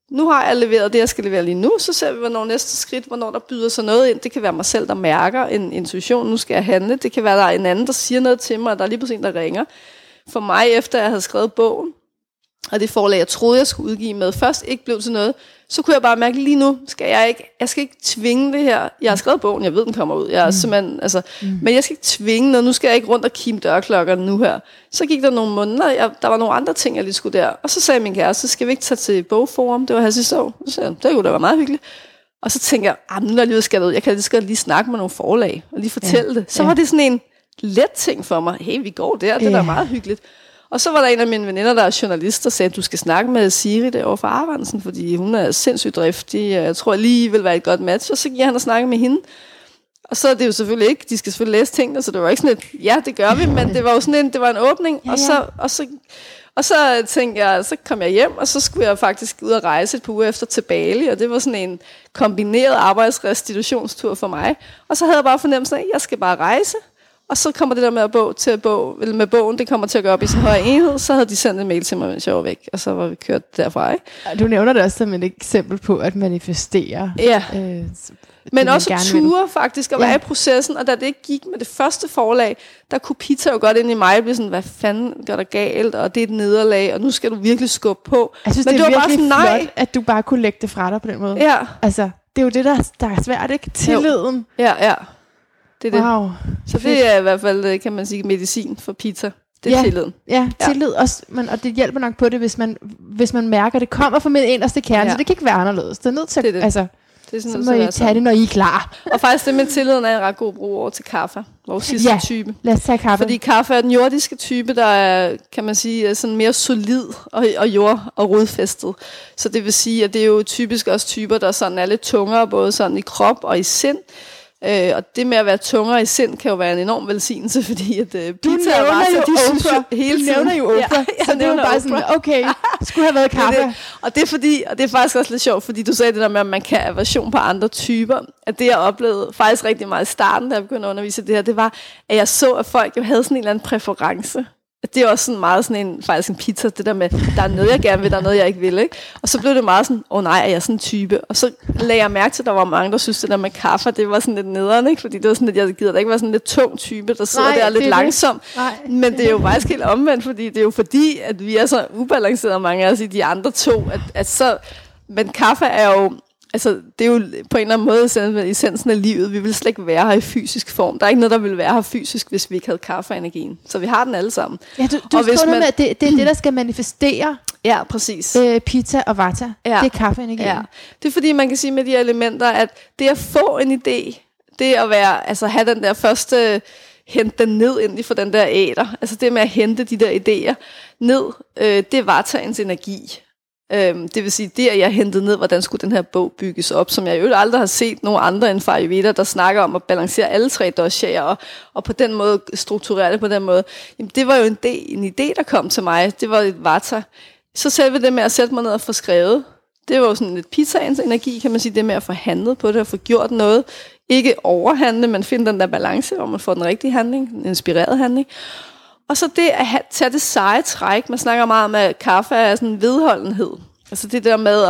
nu har jeg leveret det, jeg skal levere lige nu, så ser vi, hvornår næste skridt, hvornår der byder sig noget ind. Det kan være mig selv, der mærker en intuition, nu skal jeg handle. Det kan være, der er en anden, der siger noget til mig, og der er lige pludselig en, der ringer. For mig, efter jeg havde skrevet bogen, og det forlag, jeg troede, jeg skulle udgive med, først ikke blev til noget, så kunne jeg bare mærke, lige nu skal jeg ikke, jeg skal ikke tvinge det her. Jeg har skrevet bogen, jeg ved, den kommer ud. Jeg er mm. simpelthen, altså, mm. Men jeg skal ikke tvinge noget, nu skal jeg ikke rundt og kime dørklokkerne nu her. Så gik der nogle måneder, jeg, der var nogle andre ting, jeg lige skulle der. Og så sagde min kæreste, skal vi ikke tage til bogforum? Det var her sidste år. Så sagde jeg, det kunne da være meget hyggeligt. Og så tænkte jeg, nu er jeg lige skal ud. Jeg kan lige, lige snakke med nogle forlag og lige fortælle ja. det. Så ja. var det sådan en let ting for mig. Hey, vi går der, det er ja. da meget hyggeligt. Og så var der en af mine veninder, der er journalist, der sagde, at du skal snakke med Siri derovre fra Arvandsen, fordi hun er sindssygt driftig. Jeg tror lige vil være et godt match. Og så gik han og snakke med hende. Og så er det jo selvfølgelig ikke, de skal selvfølgelig læse tingene, så det var ikke sådan et, ja, det gør vi, men det var jo sådan en, det var en åbning. Ja, ja. Og, så, og, så, og så tænkte jeg, så kom jeg hjem, og så skulle jeg faktisk ud og rejse et par uger efter til Bali, og det var sådan en kombineret arbejdsrestitutionstur for mig. Og så havde jeg bare fornemmelsen af, at jeg skal bare rejse. Og så kommer det der med at bog til at bog, eller med bogen, det kommer til at gå op i sin høje enhed, så havde de sendt en mail til mig, mens jeg var væk, og så var vi kørt derfra, ikke? Du nævner det også som et eksempel på at manifestere. Ja, øh, men også ture faktisk at ja. være i processen, og da det ikke gik med det første forlag, der kunne Pita jo godt ind i mig blive sådan, hvad fanden gør der galt, og det er et nederlag, og nu skal du virkelig skubbe på. Jeg synes, men det er det var virkelig bare sådan, nej. flot, at du bare kunne lægge det fra dig på den måde. Ja. Altså, det er jo det, der, der er svært, ikke? Tilliden. Jo. Ja, ja. Det er det. Wow. Så det er i hvert fald, kan man sige, medicin for Pita. Det er ja, tilliden. Ja, tillid ja. Også, men, og det hjælper nok på det, hvis man, hvis man mærker, at det kommer fra min inderste kerne, ja. så det kan ikke være anderledes. Det er nødt til, det er det. Altså, det er sådan, så må I tage det, når I er klar. Og faktisk det med tilliden er en ret god brug over til kaffe. Vores sidste ja, type. Lad os tage kaffe. Fordi kaffe er den jordiske type, der er, kan man sige, er sådan mere solid og, og jord- og rodfæstet. Så det vil sige, at det er jo typisk også typer, der sådan er lidt tungere, både sådan i krop og i sind. Øh, og det med at være tungere i sind kan jo være en enorm velsignelse, fordi at uh, pizza er bare så de synes jo hele tiden. Du nævner jo Oprah, ja, så det er jo bare sådan, okay, skulle have været kaffe. Det, og det er fordi, og det er faktisk også lidt sjovt, fordi du sagde det der med, at man kan aversion på andre typer. At det jeg oplevede faktisk rigtig meget i starten, da jeg begyndte at undervise det her, det var, at jeg så, at folk jo havde sådan en eller anden præference. Det er også sådan meget sådan en, faktisk en pizza, det der med, der er noget, jeg gerne vil, der er noget, jeg ikke vil, ikke? Og så blev det meget sådan, åh oh, nej, er jeg sådan en type? Og så lagde jeg mærke til, at der var mange, der synes, det der med kaffe, det var sådan lidt nederen, ikke? Fordi det var sådan, at jeg gider da ikke være sådan en lidt tung type, der sidder nej, der lidt langsom. Men det er jo faktisk helt omvendt, fordi det er jo fordi, at vi er så ubalancerede, mange af os i de andre to, at, at så, men kaffe er jo, altså, det er jo på en eller anden måde essensen af livet. Vi vil slet ikke være her i fysisk form. Der er ikke noget, der vil være her fysisk, hvis vi ikke havde kaffeenergien. Så vi har den alle sammen. Ja, du, du skriver man... med, at det, det er det, der skal manifestere. Ja, præcis. Øh, pizza og vata. Ja. Det er kaffeenergien. Ja. Det er fordi, man kan sige med de her elementer, at det at få en idé, det at være, altså have den der første, hente den ned ind for den der æter. Altså det med at hente de der idéer ned, øh, det er vataens energi. Øhm, det vil sige, det at jeg hentede ned, hvordan skulle den her bog bygges op, som jeg jo aldrig har set nogen andre end fra Ayurveda, der snakker om at balancere alle tre doshaer, og, og på den måde strukturere det på den måde. Jamen, det var jo en, de, en idé, der kom til mig. Det var et vata. Så selve det med at sætte mig ned og få skrevet, det var jo sådan lidt pizzaens energi, kan man sige, det med at få handlet på det, og få gjort noget. Ikke overhandle, men finde den der balance, hvor man får den rigtige handling, en inspireret handling. Og så det at have, tage det seje træk. Man snakker meget om, at kaffe er sådan en vedholdenhed. Altså det der med at,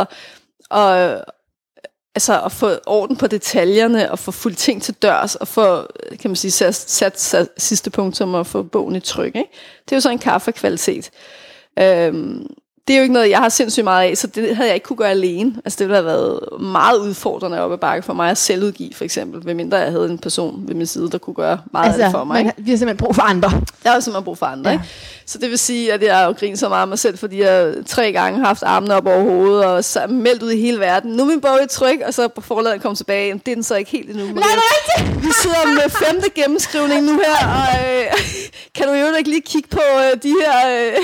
at, altså at få orden på detaljerne, og få fuldt ting til dørs, og få, kan man sige, sat, sat, sat sidste punktum og få bogen i tryk. Ikke? Det er jo så en kaffekvalitet. Øhm, det er jo ikke noget, jeg har sindssygt meget af, så det havde jeg ikke kunne gøre alene. Altså det ville have været meget udfordrende op ad bakke for mig at selvudgive, for eksempel, medmindre jeg havde en person ved min side, der kunne gøre meget altså, af det for mig. Man, vi har simpelthen brug for andre. Jeg har simpelthen brug for andre, ja. Ikke? Så det vil sige, at jeg har jo grinet så meget af mig selv, fordi jeg tre gange har haft armene op over hovedet, og så meldt ud i hele verden. Nu er min bog i tryk, og så på forladet kom tilbage. Det er den så ikke helt endnu. Nej, det er rigtigt! Vi sidder med femte gennemskrivning nu her, og øh, kan du jo ikke lige kigge på øh, de her, øh,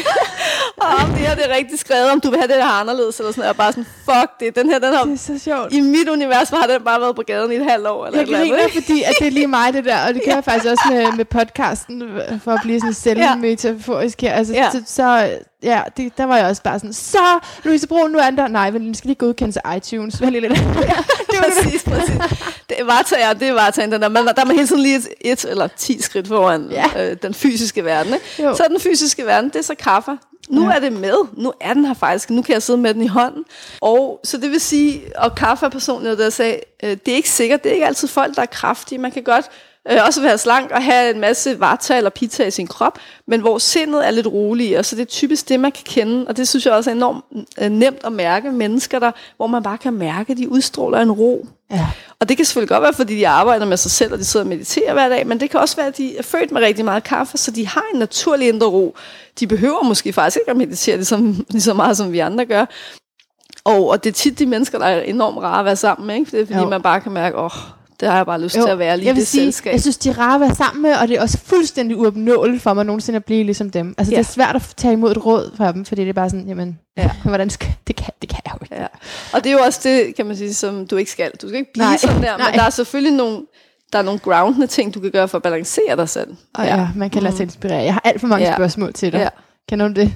om det her det er rigtigt skrevet, om du vil have det her anderledes, eller sådan noget. Jeg er bare sådan, fuck det, den her, den har, det er så sjovt. I mit univers har den bare været på gaden i et halvt år. Eller jeg griner, fordi at det er lige mig det der, og det gør jeg faktisk også med, med podcasten, for at blive sådan selvmetaforisk her. Altså, ja. så, så ja, det, der var jeg også bare sådan, så Louise Brun, nu er den der, nej, men den skal lige godkende til iTunes. Det lidt. Det var præcis, præcis. Det var tager, det var tager, der, der, der er man hele tiden lige et, et eller ti skridt foran ja. øh, den fysiske verden. Ikke? Så den fysiske verden, det er så kaffe. Nu ja. er det med. Nu er den her faktisk. Nu kan jeg sidde med den i hånden. Og så det vil sige, og kaffe er personligt, der sagde, øh, det er ikke sikkert. Det er ikke altid folk, der er kraftige. Man kan godt øh, også være slank og have en masse vata eller pita i sin krop, men hvor sindet er lidt roligere. Så det er typisk det, man kan kende. Og det synes jeg også er enormt øh, nemt at mærke. Mennesker, der, hvor man bare kan mærke, at de udstråler en ro. Ja. Og det kan selvfølgelig godt være, fordi de arbejder med sig selv, og de sidder og mediterer hver dag, men det kan også være, at de er født med rigtig meget kaffe, så de har en naturlig indre ro. De behøver måske faktisk ikke at meditere lige så, lige så meget, som vi andre gør. Og, og det er tit de mennesker, der er enormt rare at være sammen med, ikke? Det er fordi, jo. man bare kan mærke, åh, oh, det har jeg bare lyst jo. til at være lige jeg det sige, selskab. Jeg synes, de er rare at være sammen med, og det er også fuldstændig uopnåeligt for mig nogensinde at blive ligesom dem. Altså, ja. det er svært at tage imod et råd fra dem, fordi det er bare sådan, jamen, ja. hvordan skal, det, kan, det kan jeg jo ikke. Ja. Og det er jo også det, kan man sige, som du ikke skal. Du skal ikke blive nej, sådan der, nej. men der er selvfølgelig nogle, der er nogle groundende ting, du kan gøre for at balancere dig selv. Og ja, ja man kan lade sig inspirere. Jeg har alt for mange ja. spørgsmål til dig. Ja. Kender du det?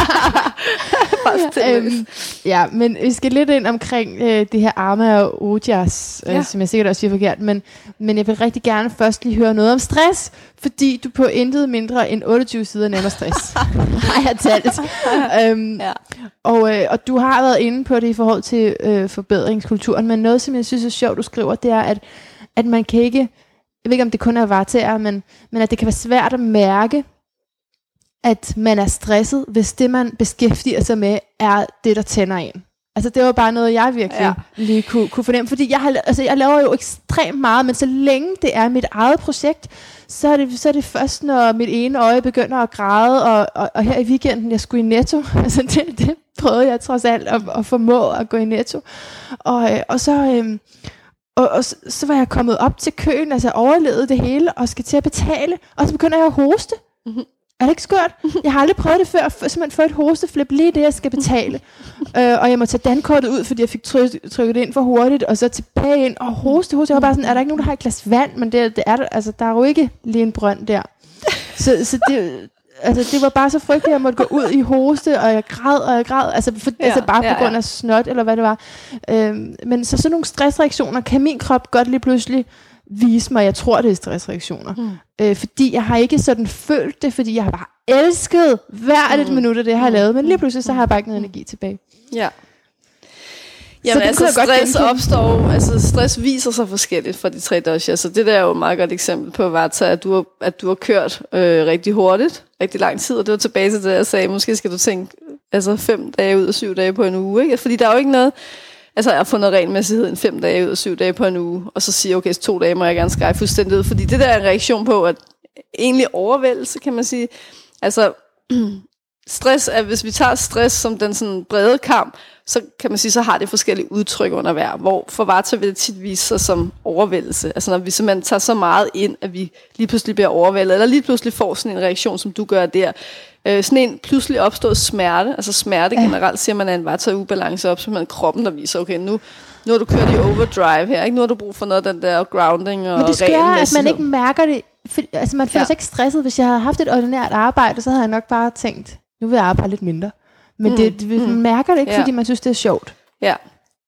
øhm, ja, men vi skal lidt ind omkring øh, det her Ama og Ojas, øh, ja. som jeg sikkert også siger forkert, men, men jeg vil rigtig gerne først lige høre noget om stress, fordi du på intet mindre end otteogtyve sider nævner stress. Har jeg talt. øhm, ja. og, øh, og du har været inde på det i forhold til øh, forbedringskulturen, men noget, som jeg synes er sjovt, du skriver, det er, at, at man kan ikke, jeg ved ikke, om det kun er vartager, men, men at det kan være svært at mærke, at man er stresset, hvis det, man beskæftiger sig med, er det, der tænder en. Altså, det var bare noget, jeg virkelig ja. lige kunne, kunne fornemme. Fordi jeg, har, altså, jeg laver jo ekstremt meget, men så længe det er mit eget projekt, så er det, så er det først, når mit ene øje begynder at græde, og, og, og her i weekenden, jeg skulle i Netto. Altså, det, det prøvede jeg trods alt at, at formå at gå i Netto. Og, og så... Øhm, Og, og så, så var jeg kommet op til køen, altså overlevede det hele, og skal til at betale, og så begynder jeg at hoste. Mm-hmm. Er det ikke skørt? Jeg har aldrig prøvet det før, for simpelthen få et hosteflip lige det, jeg skal betale. øh, og jeg må tage dankortet ud, fordi jeg fik tryk, trykket det ind for hurtigt, og så tilbage ind og hoste, hoste. Jeg var bare sådan, er der ikke nogen, der har et glas vand? Men det, det er der, altså, der er jo ikke lige en brønd der. Så, så det... Altså, det var bare så frygteligt, at jeg måtte gå ud i hoste, og jeg græd, og jeg græd, altså, for, ja, altså bare ja, på grund af snot, eller hvad det var. Øhm, men så sådan nogle stressreaktioner, kan min krop godt lige pludselig vise mig, jeg tror, det er stressreaktioner. Mm. Øh, fordi jeg har ikke sådan følt det, fordi jeg har bare elsket hver mm. et minut af det, jeg har lavet, men lige pludselig, så har jeg bare ikke noget energi tilbage. Ja. Jamen altså, stress opstår, altså stress viser sig forskelligt for de tre dosha, så det der er jo et meget godt eksempel på Vata, at du har, at du har kørt øh, rigtig hurtigt, rigtig lang tid, og det var tilbage til det, jeg sagde, måske skal du tænke altså fem dage ud af syv dage på en uge, ikke? Fordi der er jo ikke noget, altså jeg har fundet regelmæssighed en fem dage ud af syv dage på en uge, og så siger okay, så to dage må jeg gerne skære fuldstændig ud, fordi det der er en reaktion på, at egentlig overvældelse, kan man sige, altså stress er, hvis vi tager stress som den sådan brede kamp, så kan man sige, så har det forskellige udtryk under hver, hvor for Vata vil det tit vise sig som overvældelse. Altså når vi simpelthen tager så meget ind, at vi lige pludselig bliver overvældet, eller lige pludselig får sådan en reaktion, som du gør der. Øh, sådan en pludselig opstået smerte, altså smerte generelt siger man, at en Vata-ubalance op, så man kroppen, der viser, okay, nu, nu har du kørt i overdrive her, ikke? Nu har du brug for noget af den der grounding og men det sker, at man ikke mærker det, for, altså man føler ja. sig ikke stresset. Hvis jeg havde haft et ordinært arbejde, så havde jeg nok bare tænkt, nu vil jeg arbejde lidt mindre. Men mm. det, det, man mærker det ikke, ja. fordi man synes, det er sjovt. Ja.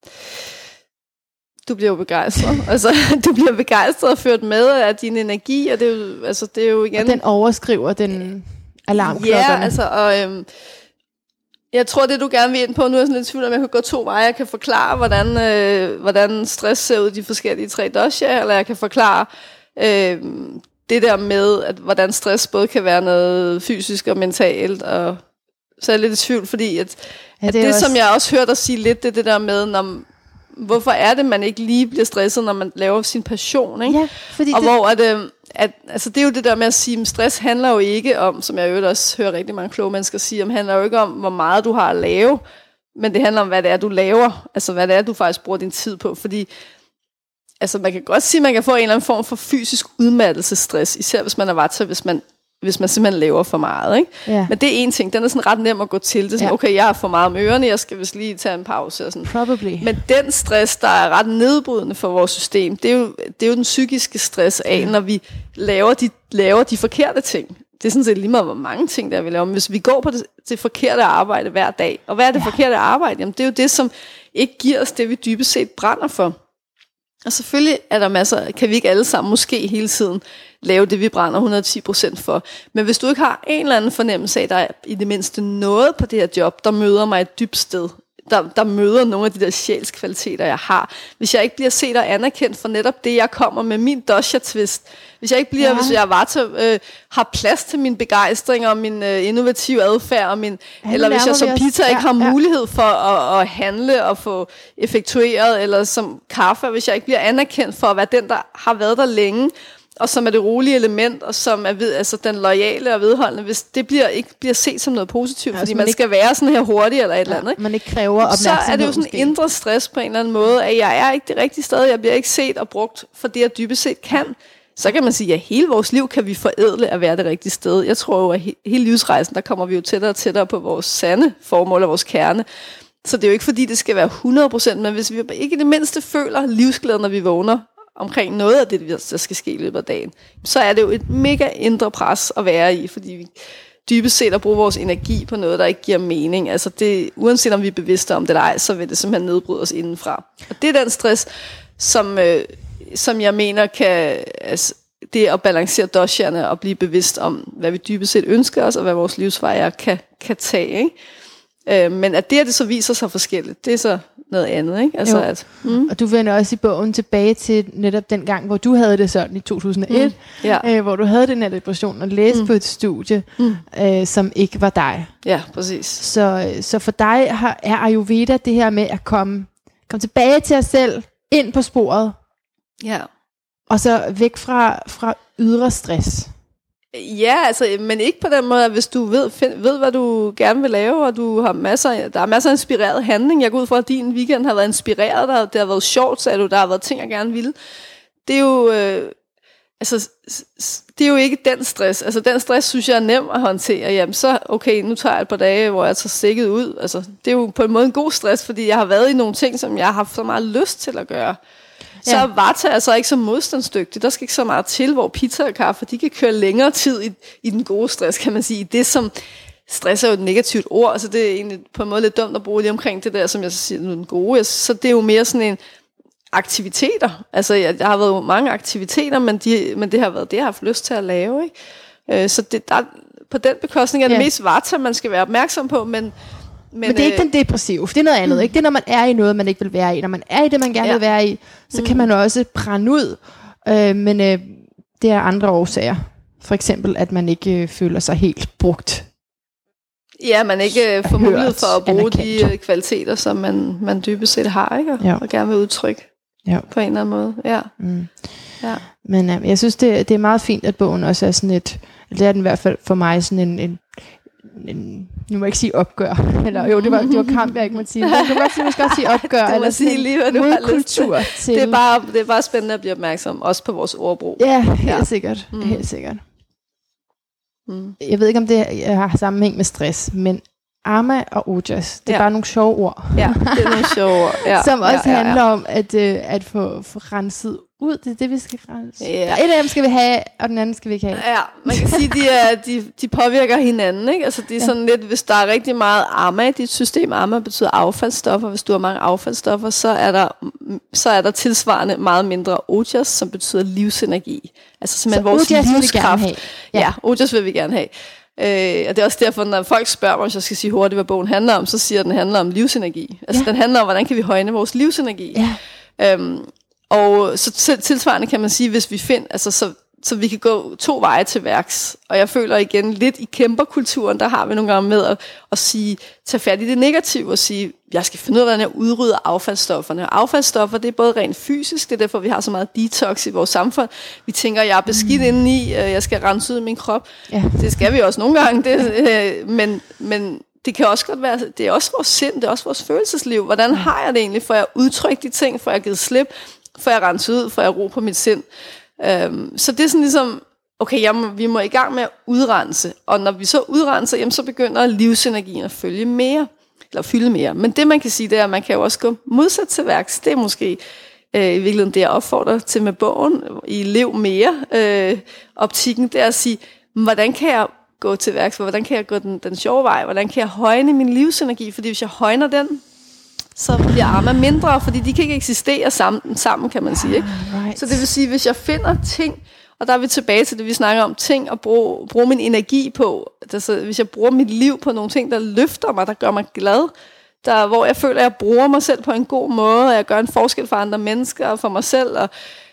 Du bliver jo begejstret. altså, du bliver begejstret og ført med af din energi, og det er jo, altså, det er jo igen... Og den overskriver den alarmklokkerne. Ja, altså, og øhm, jeg tror, det du gerne vil ind på, nu er jeg sådan lidt tvivl om, jeg kan gå to veje. Jeg kan forklare, hvordan, øh, hvordan stress ser ud i de forskellige tre dosha, eller jeg kan forklare øh, det der med, at hvordan stress både kan være noget fysisk og mentalt, og så er jeg lidt i tvivl, fordi at, ja, det, at det også... som jeg også hørte dig sige lidt, det er det der med, når, hvorfor er det, man ikke lige bliver stresset, når man laver sin passion, ikke? Ja, fordi og det... hvor er det, at, altså det er jo det der med at sige, at stress handler jo ikke om, som jeg jo også hører rigtig mange kloge mennesker sige, om handler jo ikke om, hvor meget du har at lave, men det handler om, hvad det er, du laver, altså hvad det er, du faktisk bruger din tid på, fordi altså man kan godt sige, at man kan få en eller anden form for fysisk udmattelsesstress, især hvis man er Vata, hvis man hvis man simpelthen laver for meget, ikke? Ja. Men det er en ting, den er sådan ret nem at gå til. Det er sådan, ja. okay, jeg har for meget om ørerne, jeg skal vist lige tage en pause. Og sådan. Probably. Men den stress, der er ret nedbrydende for vores system, det er jo, det er jo den psykiske stress af, ja. når vi laver de, laver de forkerte ting. Det er sådan set lige meget, hvor mange ting, der vi laver. Men hvis vi går på det, det forkerte arbejde hver dag, og hvad er det ja. forkerte arbejde? Jamen, det er jo det, som ikke giver os det, vi dybest set brænder for. Og selvfølgelig er der masser, kan vi ikke alle sammen måske hele tiden lave det, vi brænder hundrede og ti procent for. Men hvis du ikke har en eller anden fornemmelse af, at der er i det mindste noget på det her job, der møder mig et dybt sted, der, der møder nogle af de der sjælskvaliteter, jeg har. Hvis jeg ikke bliver set og anerkendt for netop det, jeg kommer med min dosha-twist. Hvis jeg ikke bliver, ja. hvis jeg var til, øh, har plads til min begejstring og min øh, innovative adfærd, og min, eller hvis jeg som Peter ja, ikke har ja. mulighed for at, at handle og få effektueret, eller som kaffe, hvis jeg ikke bliver anerkendt for at være den, der har været der længe, og som er det rolige element, og som er ved, altså den loyale og vedholdende, hvis det bliver, ikke bliver set som noget positivt, ja, fordi man, man ikke, skal være sådan her hurtigt eller et ja, eller andet. Ikke? Man ikke kræver opmærksomhed. Så er det jo sådan en indre stress på en eller anden måde, at jeg er ikke det rigtige sted, jeg bliver ikke set og brugt for det, jeg dybest set kan. Så kan man sige, at hele vores liv kan vi forædle at være det rigtige sted. Jeg tror jo, at he- hele livsrejsen, der kommer vi jo tættere og tættere på vores sande formål og vores kerne. Så det er jo ikke fordi, det skal være hundrede procent, men hvis vi ikke i det mindste føler livsglæde, når vi vågner, omkring noget af det, der skal ske i løbet af dagen, så er det jo et mega indre pres at være i, fordi vi dybest set at bruge vores energi på noget, der ikke giver mening. Altså det, uanset om vi er bevidste om det eller ej, så vil det simpelthen nedbryde os indenfra. Og det er den stress, som, øh, som jeg mener kan, altså, det at balancere doshaerne og blive bevidst om, hvad vi dybest set ønsker os, og hvad vores livsveje kan, kan tage, ikke? Øh, men at det, at det så viser sig forskelligt, det er så noget andet, ikke? Altså at, mm. Og du vender også i bogen tilbage til netop den gang, hvor du havde det sådan i to tusind og et, mm. ja. øh, hvor du havde den her depression og læste mm. på et studie, mm. øh, som ikke var dig. Ja, præcis. Så, så for dig har, er Ayurveda det her med at komme, komme tilbage til os selv, ind på sporet, ja. og så væk fra, fra ydre stress. Ja, altså, men ikke på den måde, at hvis du ved, find, ved, hvad du gerne vil lave, og du har masser, der er masser af inspireret handling. Jeg går ud fra, at din weekend har været inspireret, der, det har været sjovt, sagde du, der har været ting, jeg gerne ville. Det er jo, øh, altså, det er jo ikke den stress. Altså, den stress, synes jeg er nem at håndtere. Jamen, så, okay, nu tager jeg et par dage, hvor jeg tager stikket ud. Altså, det er jo på en måde en god stress, fordi jeg har været i nogle ting, som jeg har haft så meget lyst til at gøre. Så ja. Vata er så ikke så modstandsdygtig. Der skal ikke så meget til, hvor pizza og kaffe, de kan køre længere tid i, i den gode stress, kan man sige. Det som stress er jo et negativt ord, altså det er egentlig på en måde lidt dumt at bruge lige omkring det der, som jeg så siger, den gode. Så det er jo mere sådan en aktiviteter. Altså jeg, jeg har været mange aktiviteter, men, de, men det har været det, jeg har haft lyst til at lave. Ikke? Øh, så det, der, på den bekostning er det ja. mest Vata, man skal være opmærksom på, men Men, men det er ikke den depressive, det er noget andet, mm. ikke? Det er, når man er i noget, man ikke vil være i. Når man er i det, man gerne ja. vil være i, så mm. kan man også brænde ud. Øh, men øh, det er andre årsager. For eksempel, at man ikke øh, føler sig helt brugt. Ja, man ikke øh, får mulighed for at bruge anerkendt. de øh, kvaliteter, som man, man dybest set har, ikke? Og, ja. og gerne vil udtrykke ja. på en eller anden måde. Ja. Mm. Ja. Men øh, jeg synes, det, det er meget fint, at bogen også er sådan et, det er den i hvert fald for mig, sådan en, en En, nu må jeg ikke sige opgør, eller jo, det var, det var kamp, jeg ikke måtte sige. Du kan godt sige, måske også sige opgør, du eller sige lige, hvad du har lyst til. til. Det er, bare, det er bare spændende at blive opmærksom, også på vores ordbrug. Ja, helt ja. sikkert, mm. helt sikkert. Mm. Jeg ved ikke, om det har sammenhæng med stress, men Ama og Ojas, det er ja. bare nogle sjove ord. Ja, det er nogle sjove ord. Ja. Som også ja, ja, ja. handler om at, uh, at få, få renset ud. Det er det, vi skal rense. Ja. Et af dem skal vi have, og den anden skal vi ikke have. Ja, man kan sige, de, er, de, de påvirker hinanden. Ikke? Altså, det er ja. sådan lidt, hvis der er rigtig meget Ama i dit system, Ama betyder affaldsstoffer. Hvis du har mange affaldsstoffer, så er der, så er der tilsvarende meget mindre Ojas, som betyder livsenergi. Altså simpelthen så vores Ojas livskraft. Ja. ja, Ojas vil vi gerne have. Øh, og det er også derfor, når folk spørger mig, hvis jeg skal sige hurtigt, hvad bogen handler om, så siger den, den handler om livsenergi. Altså ja. den handler om, hvordan kan vi højne vores livsenergi. Ja. Øhm, og så tilsvarende kan man sige, hvis vi finder, altså så, så vi kan gå to veje til værks. Og jeg føler igen lidt i kæmperkulturen, der har vi nogle gange med at, at sige, tage fat i det negative og sige, jeg skal finde ud af, hvordan jeg udrydder affaldsstofferne. Og affaldsstoffer, det er både rent fysisk, det er derfor, vi har så meget detox i vores samfund. Vi tænker, jeg er beskidt mm. indeni, jeg skal rense ud af min krop. Ja. Det skal vi også nogle gange, det, øh, men, men det kan også godt være, det er også vores sind, det er også vores følelsesliv. Hvordan har jeg det egentlig? Får jeg udtrykt de ting? Får jeg givet slip? Får jeg renset ud? Får jeg ro på mit sind? Um, så det er sådan ligesom, okay, jeg må, vi må i gang med at udrense. Og når vi så udrenser, jamen, så begynder livsenergien at følge mere. Eller fylde mere. Men det man kan sige, det er, at man kan jo også gå modsat til værks. Det er måske øh, i virkeligheden det, jeg opfordrer til med bogen, i Lev mere øh, optikken, det er at sige, hvordan kan jeg gå til værks, hvordan kan jeg gå den, den sjove vej, hvordan kan jeg højne min livsenergi, fordi hvis jeg højner den, så bliver Ama mindre, fordi de kan ikke eksistere sammen, sammen kan man sige. Ikke? Right. Så det vil sige, hvis jeg finder ting, og der er vi tilbage til det, vi snakker om, ting at bruge, bruge min energi på, altså hvis jeg bruger mit liv på nogle ting, der løfter mig, der gør mig glad, der, hvor jeg føler, at jeg bruger mig selv på en god måde, og jeg gør en forskel for andre mennesker og for mig selv, og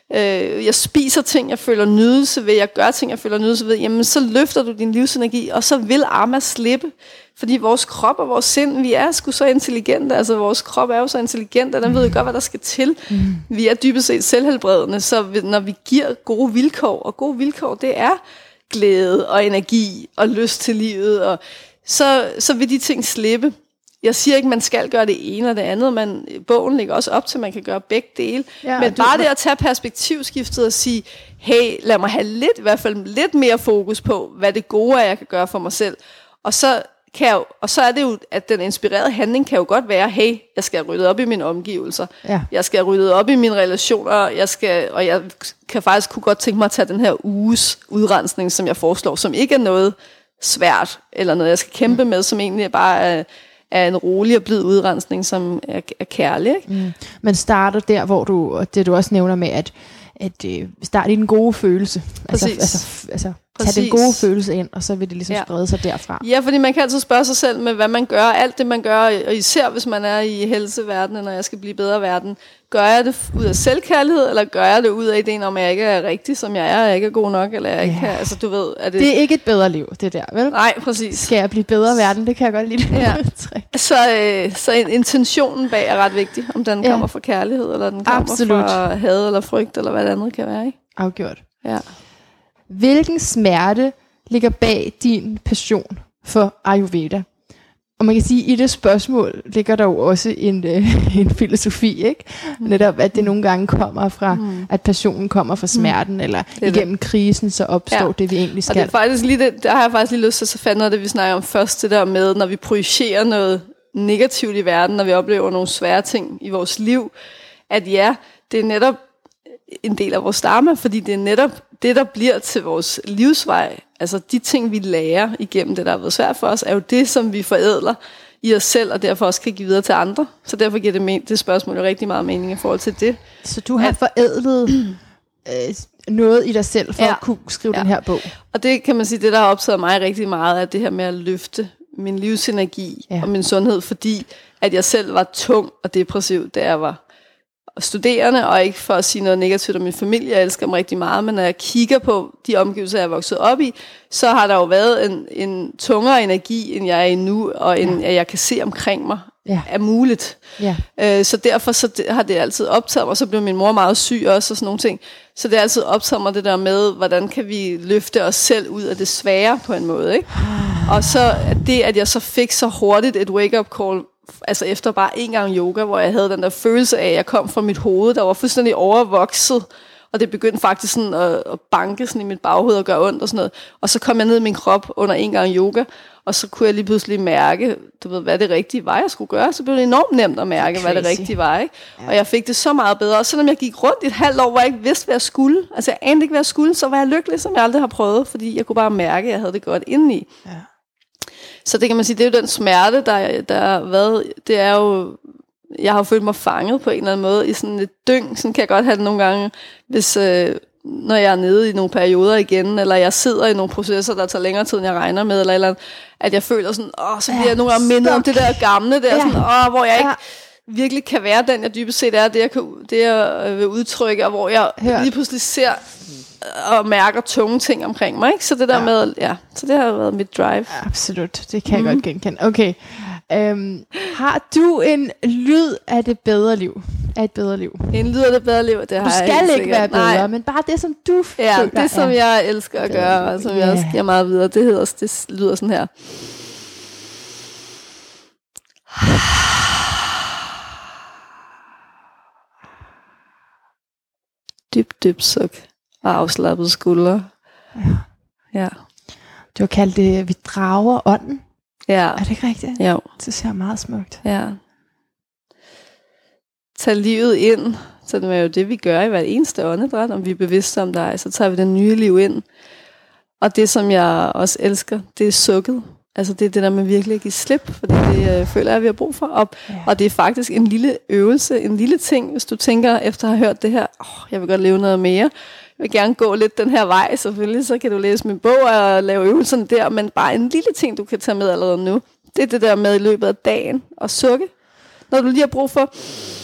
øh, jeg spiser ting, jeg føler nydelse ved, jeg gør ting, jeg føler nydelse ved, jamen så løfter du din livsenergi, og så vil Ama slippe. Fordi vores krop og vores sind, vi er sgu så intelligente, altså vores krop er jo så intelligent, og den ved jo godt, hvad der skal til. Mm. Vi er dybest set selvhelbredende, så når vi giver gode vilkår, og gode vilkår, det er glæde og energi og lyst til livet, og så, så vil de ting slippe. Jeg siger ikke, man skal gøre det ene og det andet, men bogen lægger også op til, at man kan gøre begge dele. Ja, men bare det at tage perspektivskiftet og sige, hey, lad mig have lidt, i hvert fald lidt mere fokus på, hvad det gode er, jeg kan gøre for mig selv. Og så kan jeg, og så er det jo, at den inspirerede handling kan jo godt være, hey, jeg skal rydde op i mine omgivelser. Ja. Jeg skal rydde op i mine relationer, jeg skal, og jeg kan faktisk kunne godt tænke mig at tage den her uges udrensning, som jeg foreslår, som ikke er noget svært, eller noget, jeg skal kæmpe med, som egentlig bare er, er en rolig og blid udrensning, som er, er kærlig. Ikke? Mm. Men starter der, hvor du, og det du også nævner med, at, at øh, starte i den gode følelse. Altså, altså, altså tag den gode følelse ind, og så vil det ligesom ja. sprede sig derfra. Ja, fordi man kan altid spørge sig selv med, hvad man gør. Alt det, man gør, og især hvis man er i helseverdenen, og jeg skal blive bedre verden. Gør jeg det ud af selvkærlighed, eller gør jeg det ud af ideen om, at jeg ikke er rigtig, som jeg er, og jeg ikke er god nok, eller jeg ikke ja. kan, altså du ved, er det... Det er ikke et bedre liv, det der, vel? Nej, præcis. Skal jeg blive bedre verden, det kan jeg godt lide. Ja. så, øh, så intentionen bag er ret vigtig, om den ja. kommer fra kærlighed, eller den kommer Absolut. fra had, eller frygt, eller hvad det andet kan være, ikke? Afgjort. Ja. Hvilken smerte ligger bag din passion for Ayurveda? Og man kan sige, at i det spørgsmål ligger der jo også en, øh, en filosofi, ikke? Mm. Netop, at det nogle gange kommer fra, mm. at passionen kommer fra smerten, mm. eller igennem det. krisen, så opstår ja. det, vi egentlig skal. Og det er faktisk lige det, der har jeg faktisk lige lyst til at tage fat noget af det, vi snakker om først, det der med, når vi projicerer noget negativt i verden, når vi oplever nogle svære ting i vores liv, at ja, det er netop en del af vores dharma, fordi det er netop det, der bliver til vores livsvej. Altså de ting, vi lærer igennem det, der har været svært for os, er jo det, som vi forædler i os selv, og derfor også kan give videre til andre. Så derfor giver det, men- det spørgsmål jo rigtig meget mening i forhold til det. Så du har at, forædlet øh, noget i dig selv, for ja, at kunne skrive ja. den her bog? Og det kan man sige, det der har optaget mig rigtig meget, er det her med at løfte min livsenergi ja. og min sundhed, fordi at jeg selv var tung og depressiv, da jeg var studerende, og ikke for at sige noget negativt om min familie, jeg elsker dem rigtig meget, men når jeg kigger på de omgivelser, jeg er vokset op i, så har der jo været en, en tungere energi, end jeg er i nu, og en, ja. jeg kan se omkring mig, ja. er muligt. Ja. Øh, så derfor så det, har det altid optaget mig, så blev min mor meget syg også, og sådan nogle ting, så det har altid optaget mig det der med, hvordan kan vi løfte os selv ud af det svære på en måde, ikke? Og så det, at jeg så fik så hurtigt et wake-up call, altså efter bare en gang yoga, hvor jeg havde den der følelse af, at jeg kom fra mit hoved, der var fuldstændig overvokset, og det begyndte faktisk sådan at, at banke sådan i mit baghoved og gøre ondt og sådan noget. Og så kom jeg ned i min krop under en gang yoga, og så kunne jeg lige pludselig mærke, du ved, hvad det rigtige var, jeg skulle gøre. Så blev det enormt nemt at mærke, Crazy. hvad det rigtige var, ikke? Ja. Og jeg fik det så meget bedre. Og selvom jeg gik rundt i et halvt år, hvor jeg ikke vidste, hvad jeg skulle, altså jeg anede ikke, hvad jeg skulle, så var jeg lykkelig, som jeg aldrig har prøvet, fordi jeg kunne bare mærke, at jeg havde det godt indeni. Ja. Så det kan man sige, det er jo den smerte, der, der har været, det er jo, jeg har jo følt mig fanget på en eller anden måde i sådan et dyng, sådan kan jeg godt have det nogle gange, hvis, øh, når jeg er nede i nogle perioder igen, eller jeg sidder i nogle processer, der tager længere tid, end jeg regner med, eller, eller at jeg føler sådan, åh, så bliver jeg nogle gange mindet om det der gamle der, ja. sådan, åh, hvor jeg ikke ja. virkelig kan være den, jeg dybest set er, det jeg, kan, det jeg vil udtrykke, og hvor jeg Hør. lige pludselig ser og mærker tunge ting omkring mig, ikke? Så det der ja. med, ja, så det har været mit drive. Absolut, det kan jeg mm. godt genkende. Okay, um, har du en lyd af det bedre liv? Af et bedre liv? En lyd af det bedre liv, det har jeg. Du skal ikke være bedre, Nej. men bare det, som du ja, føler. Ja, det som jeg elsker at gøre, og som yeah. jeg også giver meget videre, det, hedder, det lyder sådan her. Dyb, dyb suk. Og afslappede skuldre. Ja. ja. Du har kaldt det, vi drager ånden. Ja. Er det ikke rigtigt? Jo. Det ser meget smukt. Ja. Tag livet ind. Så det er jo det, vi gør i hvert eneste åndedræt, om vi er bevidste om dig. Så tager vi det nye liv ind. Og det, som jeg også elsker, det er sukket. Altså det er det der med virkelig at give slip, for det øh, føler jeg, at vi har brug for. Og, ja. og det er faktisk en lille øvelse, en lille ting, hvis du tænker, efter at have hørt det her, oh, jeg vil godt leve noget mere. Jeg vil gerne gå lidt den her vej, selvfølgelig, så kan du læse min bog og lave øvelserne der, men bare en lille ting, du kan tage med allerede nu. Det er det der med i løbet af dagen at sukke. Når du lige har brug for...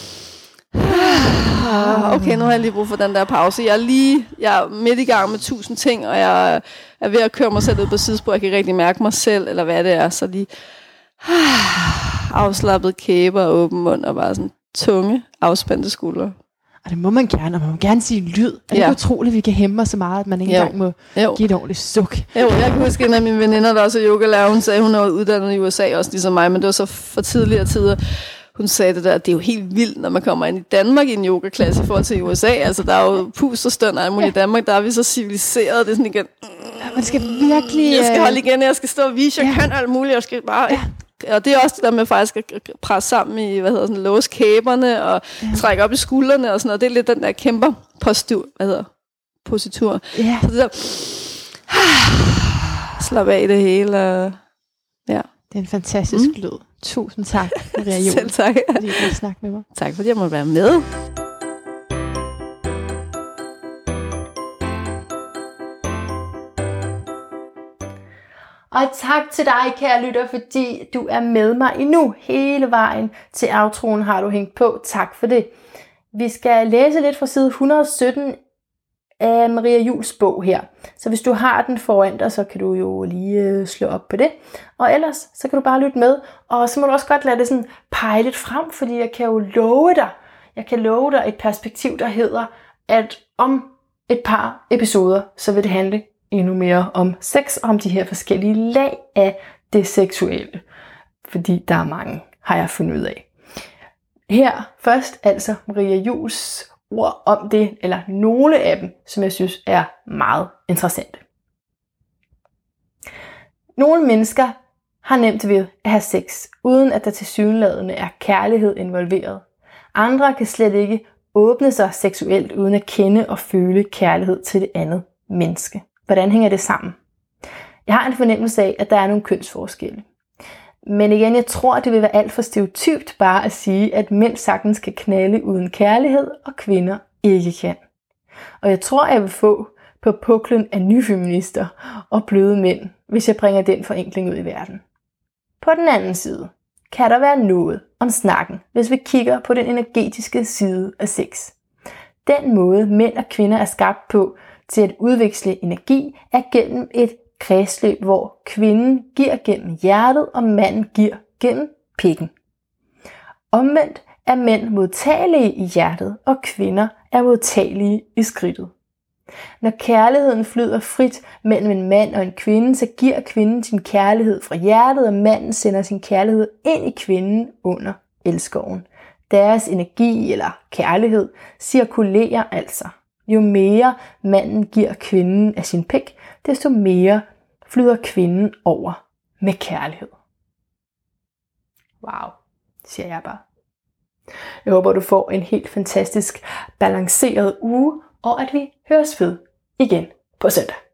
Okay, nu har jeg lige brug for den der pause. Jeg er lige jeg er midt i gang med tusind ting, og jeg er ved at køre mig selv ud på sidespor. Jeg kan ikke rigtig mærke mig selv, eller hvad det er. Så lige afslappet kæber og åben mund, og bare sådan tunge, afspændte skuldre. Og det må man gerne, og man må gerne sige lyd. Er det ja. ikke utroligt, at vi kan hæmme os så meget, at man ikke jo. engang må jo. give et ordentligt suk? Jo, jeg kan huske en af mine veninder, der også er yogalærer, hun sagde, hun er uddannet i U S A, også ligesom mig, men det var så for tidligere tider. Hun sagde det der, det er jo helt vildt, når man kommer ind i Danmark i en yogaklasse i forhold til U S A. Altså, der er jo pust og stønd og alt muligt. I Danmark, der er vi så civiliseret. Det er sådan igen... Man skal virkelig... Jeg skal holde igen, jeg skal stå og vise, jeg ja. kan alt muligt. Jeg skal bare... Ja. Og det er også det der med faktisk at presse sammen i, hvad hedder sådan, låse kæberne og ja. trække op i skuldrene og sådan noget. Det er lidt den der kæmper postur, hvad hedder positur. Ja. Så det der... Slap af det hele. Og, ja. Det er en fantastisk mm. lyd. Tusind tak, Maria Juhl. Selv tak. Fordi du vil snakke med mig. Tak, fordi jeg måtte være med. Og tak til dig, kære lytter, fordi du er med mig endnu hele vejen til outroen. Har du hængt på? Tak for det. Vi skal læse lidt fra side et hundrede og sytten af Maria Juhls bog her. Så hvis du har den foran dig, så kan du jo lige øh, slå op på det. Og ellers, så kan du bare lytte med. Og så må du også godt lade det sådan pege lidt frem, fordi jeg kan jo love dig, jeg kan love dig et perspektiv, der hedder, at om et par episoder, så vil det handle endnu mere om sex, og om de her forskellige lag af det seksuelle. Fordi der er mange, har jeg fundet ud af. Her først altså Maria Juhls ord om det, eller nogle af dem, som jeg synes er meget interessante. Nogle mennesker har nemt ved at have sex, uden at der tilsyneladende er kærlighed involveret. Andre kan slet ikke åbne sig seksuelt, uden at kende og føle kærlighed til det andet menneske. Hvordan hænger det sammen? Jeg har en fornemmelse af, at der er nogle kønsforskelle. Men igen, jeg tror, det vil være alt for stereotypt bare at sige, at mænd sagtens kan knalde uden kærlighed, og kvinder ikke kan. Og jeg tror, jeg vil få på puklen af nyfeminister og bløde mænd, hvis jeg bringer den forenkling ud i verden. På den anden side kan der være noget om snakken, hvis vi kigger på den energetiske side af sex. Den måde, mænd og kvinder er skabt på til at udveksle energi, er gennem et kredsløb, hvor kvinden giver gennem hjertet, og manden giver gennem pikken. Omvendt er mænd modtagelige i hjertet, og kvinder er modtagelige i skridtet. Når kærligheden flyder frit mellem en mand og en kvinde, så giver kvinden sin kærlighed fra hjertet, og manden sender sin kærlighed ind i kvinden under elskoven. Deres energi eller kærlighed cirkulerer altså. Jo mere manden giver kvinden af sin pik, desto mere flyder kvinden over med kærlighed. Wow, siger jeg bare. Jeg håber, du får en helt fantastisk balanceret uge, og at vi høres ved igen på søndag.